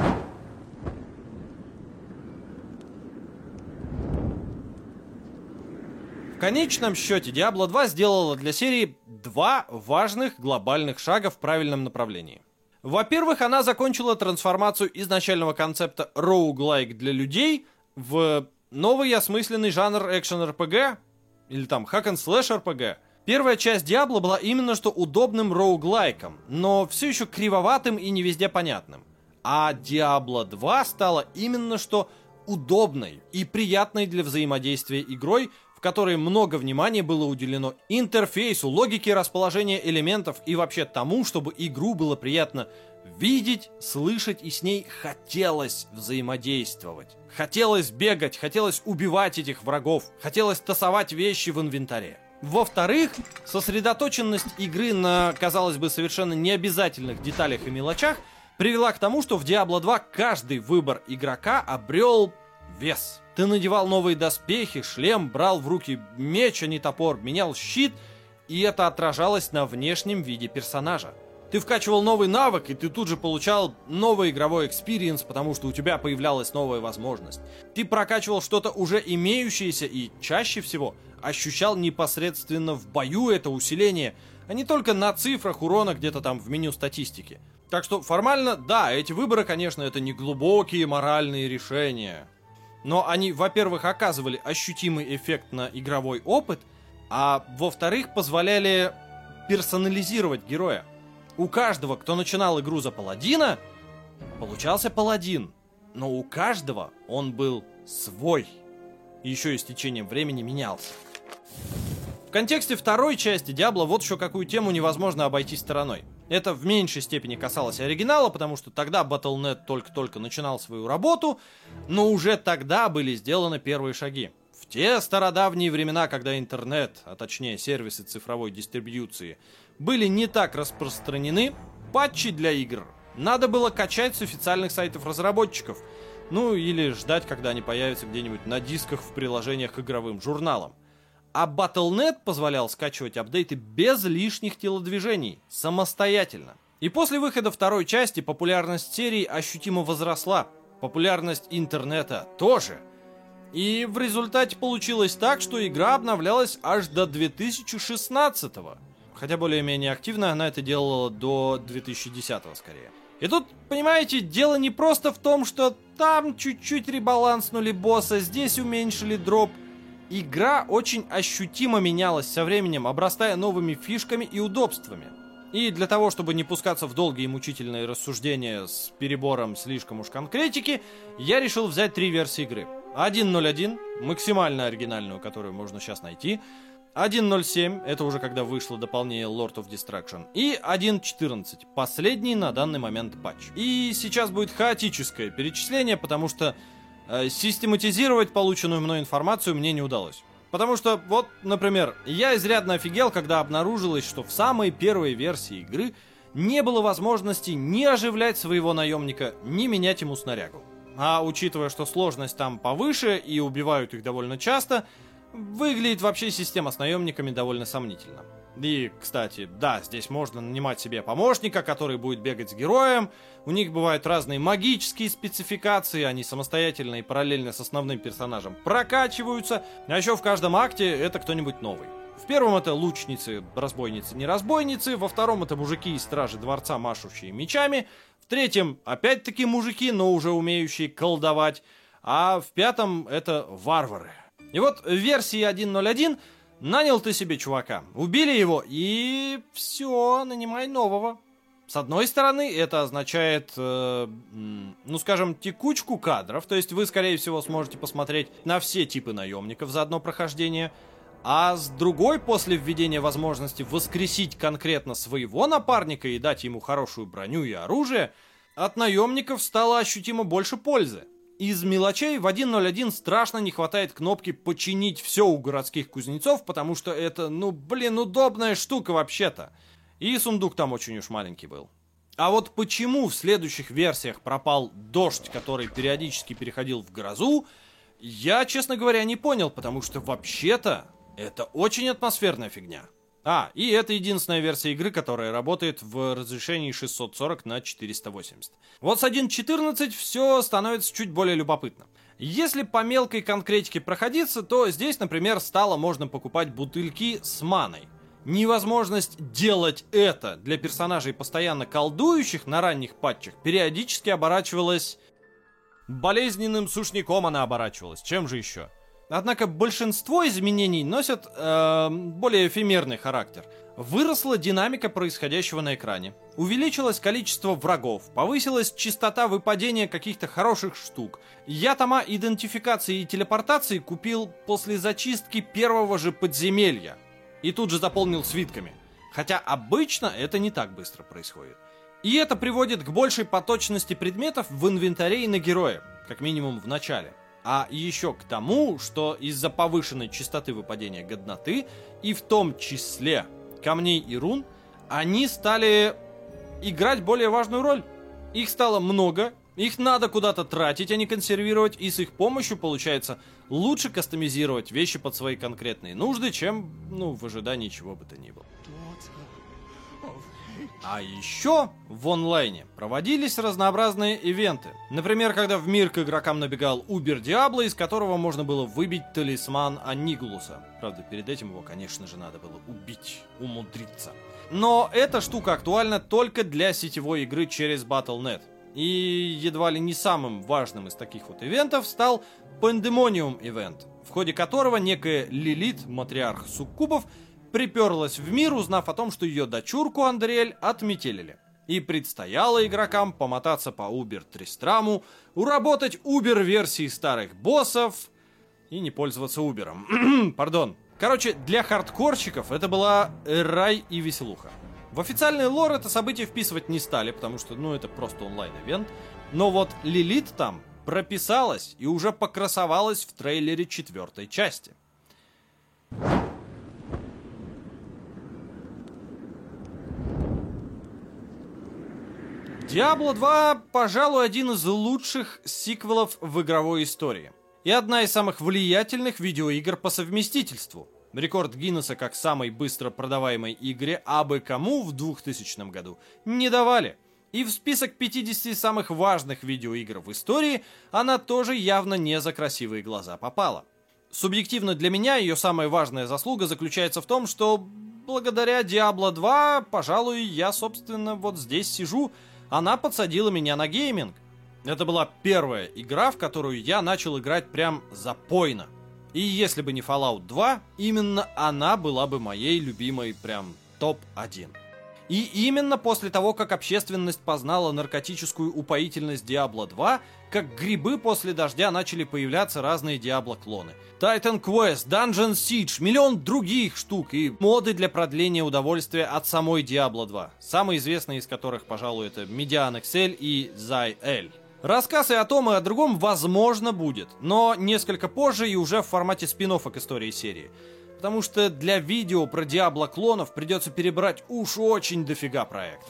В конечном счете Diablo 2 сделала для серии два важных глобальных шага в правильном направлении. Во-первых, она закончила трансформацию изначального концепта roguelike для людей в новый осмысленный жанр экшен-РПГ, или там hack-and-slash-РПГ. Первая часть Diablo была именно что удобным роуглайком, но все еще кривоватым и не везде понятным. А Diablo 2 стала именно что удобной и приятной для взаимодействия игрой, в которой много внимания было уделено интерфейсу, логике расположения элементов и вообще тому, чтобы игру было приятно видеть, слышать, и с ней хотелось взаимодействовать. Хотелось бегать, хотелось убивать этих врагов, хотелось тасовать вещи в инвентаре. Во-вторых, сосредоточенность игры на, казалось бы, совершенно необязательных деталях и мелочах привела к тому, что в Diablo 2 каждый выбор игрока обрел вес. Ты надевал новые доспехи, шлем, брал в руки меч, а не топор, менял щит, и это отражалось на внешнем виде персонажа. Ты вкачивал новый навык, и ты тут же получал новый игровой экспириенс, потому что у тебя появлялась новая возможность. Ты прокачивал что-то уже имеющееся и чаще всего ощущал непосредственно в бою это усиление, а не только на цифрах урона где-то там в меню статистики. Так что формально, да, эти выборы, конечно, это не глубокие моральные решения. Но они, во-первых, оказывали ощутимый эффект на игровой опыт, а во-вторых, позволяли персонализировать героя. У каждого, кто начинал игру за паладина, получался паладин. Но у каждого он был свой. И еще и с течением времени менялся. В контексте второй части Diablo вот еще какую тему невозможно обойти стороной. Это в меньшей степени касалось оригинала, потому что тогда Battle.net только-только начинал свою работу, но уже тогда были сделаны первые шаги. В те стародавние времена, когда интернет, а точнее сервисы цифровой дистрибьюции, были не так распространены, патчи для игр надо было качать с официальных сайтов разработчиков, ну или ждать, когда они появятся где-нибудь на дисках в приложениях к игровым журналам. А Battle.net позволял скачивать апдейты без лишних телодвижений, самостоятельно. И после выхода второй части популярность серии ощутимо возросла, популярность интернета тоже. И в результате получилось так, что игра обновлялась аж до 2016-го. Хотя более-менее активно она это делала до 2010-го скорее. И тут, понимаете, дело не просто в том, что там чуть-чуть ребаланснули босса, здесь уменьшили дроп. Игра очень ощутимо менялась со временем, обрастая новыми фишками и удобствами. И для того, чтобы не пускаться в долгие и мучительные рассуждения с перебором слишком уж конкретики, я решил взять 3 версии игры. 1.0.1, максимально оригинальную, которую можно сейчас найти. 1.0.7, это уже когда вышло дополнение Lord of Destruction. И 1.14, последний на данный момент патч. И сейчас будет хаотическое перечисление, потому что систематизировать полученную мной информацию мне не удалось. Потому что, вот, например, я изрядно офигел, когда обнаружилось, что в самой первой версии игры не было возможности ни оживлять своего наемника, ни менять ему снарягу. А учитывая, что сложность там повыше и убивают их довольно часто, выглядит вообще система с наемниками довольно сомнительно. И, кстати, да, здесь можно нанимать себе помощника, который будет бегать с героем. У них бывают разные магические спецификации, они самостоятельно и параллельно с основным персонажем прокачиваются. А еще в каждом акте это кто-нибудь новый. В первом это лучницы, разбойницы, не разбойницы. Во втором это мужики из стражи дворца, машущие мечами. В третьем опять-таки мужики, но уже умеющие колдовать. А в пятом это варвары. И вот в версии 1.0.1 нанял ты себе чувака, убили его, и все, нанимай нового. С одной стороны, это означает, ну скажем, текучку кадров, то есть вы, скорее всего, сможете посмотреть на все типы наемников за одно прохождение. а с другой, после введения возможности воскресить конкретно своего напарника и дать ему хорошую броню и оружие, от наемников стало ощутимо больше пользы. Из мелочей в 1.0.1 страшно не хватает кнопки «Починить все» у городских кузнецов, потому что это, удобная штука вообще-то. И сундук там очень уж маленький был. А вот почему в следующих версиях пропал дождь, который периодически переходил в грозу, я, честно говоря, не понял, потому что вообще-то это очень атмосферная фигня. И это единственная версия игры, которая работает в разрешении 640 на 480. Вот с 1.14 все становится чуть более любопытно. Если по мелкой конкретике проходиться, то здесь, например, стало можно покупать бутыльки с маной. Невозможность делать это для персонажей, постоянно колдующих на ранних патчах, периодически оборачивалась... Болезненным сушняком она оборачивалась, чем же еще? Однако большинство изменений носят более эфемерный характер. Выросла динамика происходящего на экране. Увеличилось количество врагов. Повысилась частота выпадения каких-то хороших штук. Я тома идентификации и телепортации купил после зачистки первого же подземелья. И тут же заполнил свитками. Хотя обычно это не так быстро происходит. И это приводит к большей поточности предметов в инвентаре и на героя. Как минимум в начале. А еще к тому, что из-за повышенной частоты выпадения годноты, и в том числе камней и рун, они стали играть более важную роль. Их стало много, их надо куда-то тратить, а не консервировать, и с их помощью получается лучше кастомизировать вещи под свои конкретные нужды, чем, в ожидании чего бы то ни было. А еще в онлайне проводились разнообразные ивенты. Например, когда в мир к игрокам набегал Убер Диабло, из которого можно было выбить талисман Анигулуса. Правда, перед этим его, конечно же, надо было убить, умудриться. Но эта штука актуальна только для сетевой игры через Battle.net. И едва ли не самым важным из таких вот ивентов стал Pandemonium ивент, в ходе которого некая Лилит, матриарх суккубов, приперлась в мир, узнав о том, что ее дочурку Андриэль отметелили. И предстояло игрокам помотаться по Убер-Тристраму, уработать Убер-версии старых боссов и не пользоваться Убером. Пардон. Короче, для хардкорщиков это была рай и веселуха. В официальный лор это событие вписывать не стали, потому что, это просто онлайн-ивент. Но вот Лилит там прописалась и уже покрасовалась в трейлере 4-й части. Diablo 2, пожалуй, один из лучших сиквелов в игровой истории. И одна из самых влиятельных видеоигр по совместительству. Рекорд Гиннесса как самой быстро продаваемой игре абы кому в 2000 году не давали. И в список 50 самых важных видеоигр в истории она тоже явно не за красивые глаза попала. Субъективно для меня ее самая важная заслуга заключается в том, что благодаря Diablo 2, пожалуй, я, собственно, вот здесь сижу. Она подсадила меня на гейминг. Это была первая игра, в которую я начал играть прям запойно. И если бы не Fallout 2, именно она была бы моей любимой прям топ-1. И именно после того, как общественность познала наркотическую упоительность Diablo 2, как грибы после дождя начали появляться разные Diablo-клоны. Titan Quest, Dungeon Siege, миллион других штук и моды для продления удовольствия от самой Diablo 2. Самые известные из которых, пожалуй, это Median XL и Zy-L. Рассказ и о том, и о другом, возможно, будет, но несколько позже и уже в формате спин-оффа к истории серии. Потому что для видео про Диабло-клонов придется перебрать уж очень дофига проектов.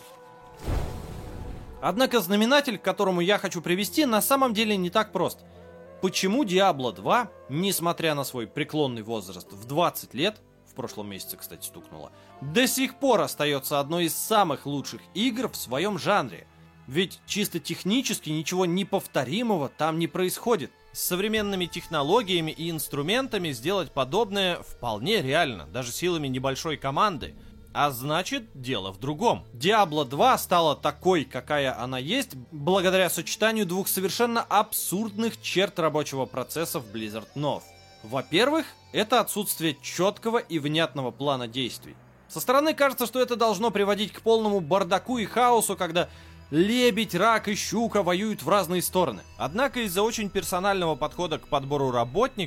Однако знаменатель, к которому я хочу привести, на самом деле не так прост. Почему Diablo 2, несмотря на свой преклонный возраст в 20 лет, в прошлом месяце, кстати, стукнуло, до сих пор остается одной из самых лучших игр в своем жанре? Ведь чисто технически ничего неповторимого там не происходит. С современными технологиями и инструментами сделать подобное вполне реально, даже силами небольшой команды. А значит, дело в другом. Diablo 2 стала такой, какая она есть, благодаря сочетанию двух совершенно абсурдных черт рабочего процесса в Blizzard North. Во-первых, это отсутствие четкого и внятного плана действий. Со стороны кажется, что это должно приводить к полному бардаку и хаосу, когда лебедь, рак и щука воюют в разные стороны. Однако из-за очень персонального подхода к подбору работников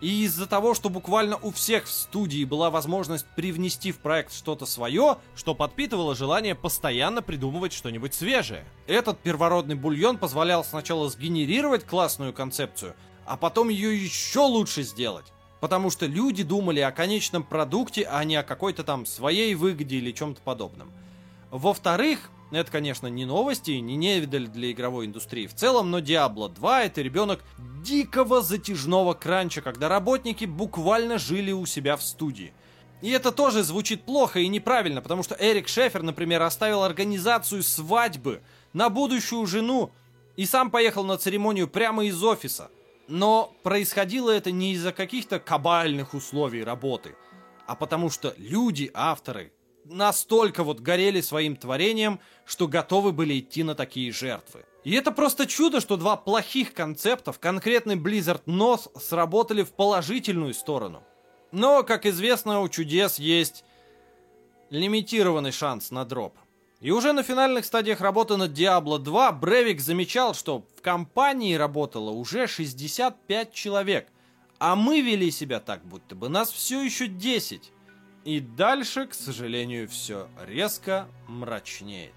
И из-за того, что буквально у всех в студии была возможность привнести в проект что-то свое, что подпитывало желание постоянно придумывать что-нибудь свежее. Этот первородный бульон позволял сначала сгенерировать классную концепцию, а потом ее еще лучше сделать. Потому что люди думали о конечном продукте, а не о какой-то там своей выгоде или чем-то подобном. Во-вторых, это, конечно, не новости, не невидаль для игровой индустрии в целом, но Diablo 2 — это ребенок дикого затяжного кранча, когда работники буквально жили у себя в студии. И это тоже звучит плохо и неправильно, потому что Эрик Шефер, например, оставил организацию свадьбы на будущую жену и сам поехал на церемонию прямо из офиса. Но происходило это не из-за каких-то кабальных условий работы, а потому что люди, авторы, настолько вот горели своим творением, что готовы были идти на такие жертвы. И это просто чудо, что два плохих концепта в конкретный Blizzard North сработали в положительную сторону. Но, как известно, у чудес есть лимитированный шанс на дроп. И уже на финальных стадиях работы над Diablo 2 Бревик замечал, что в компании работало уже 65 человек, а мы вели себя так, будто бы нас все еще 10. И дальше, к сожалению, все резко мрачнеет.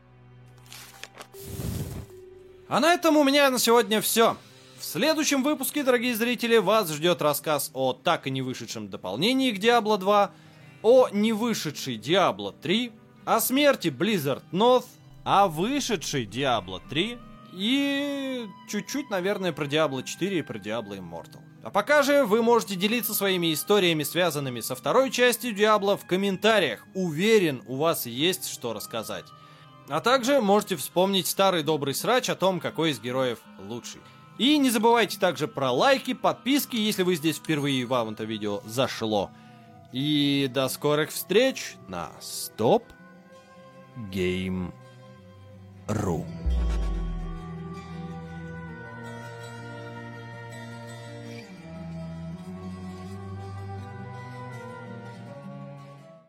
А на этом у меня на сегодня все. В следующем выпуске, дорогие зрители, вас ждет рассказ о так и не вышедшем дополнении к Diablo 2, о не вышедшей Diablo 3, о смерти Blizzard North, о вышедшей Diablo 3 и чуть-чуть, наверное, про Diablo 4 и про Diablo Immortal. А пока же вы можете делиться своими историями, связанными со второй частью Diablo, в комментариях. Уверен, у вас есть что рассказать. А также можете вспомнить старый добрый срач о том, какой из героев лучший. И не забывайте также про лайки, подписки, если вы здесь впервые и вам это видео зашло. И до скорых встреч на Stop Game.ru.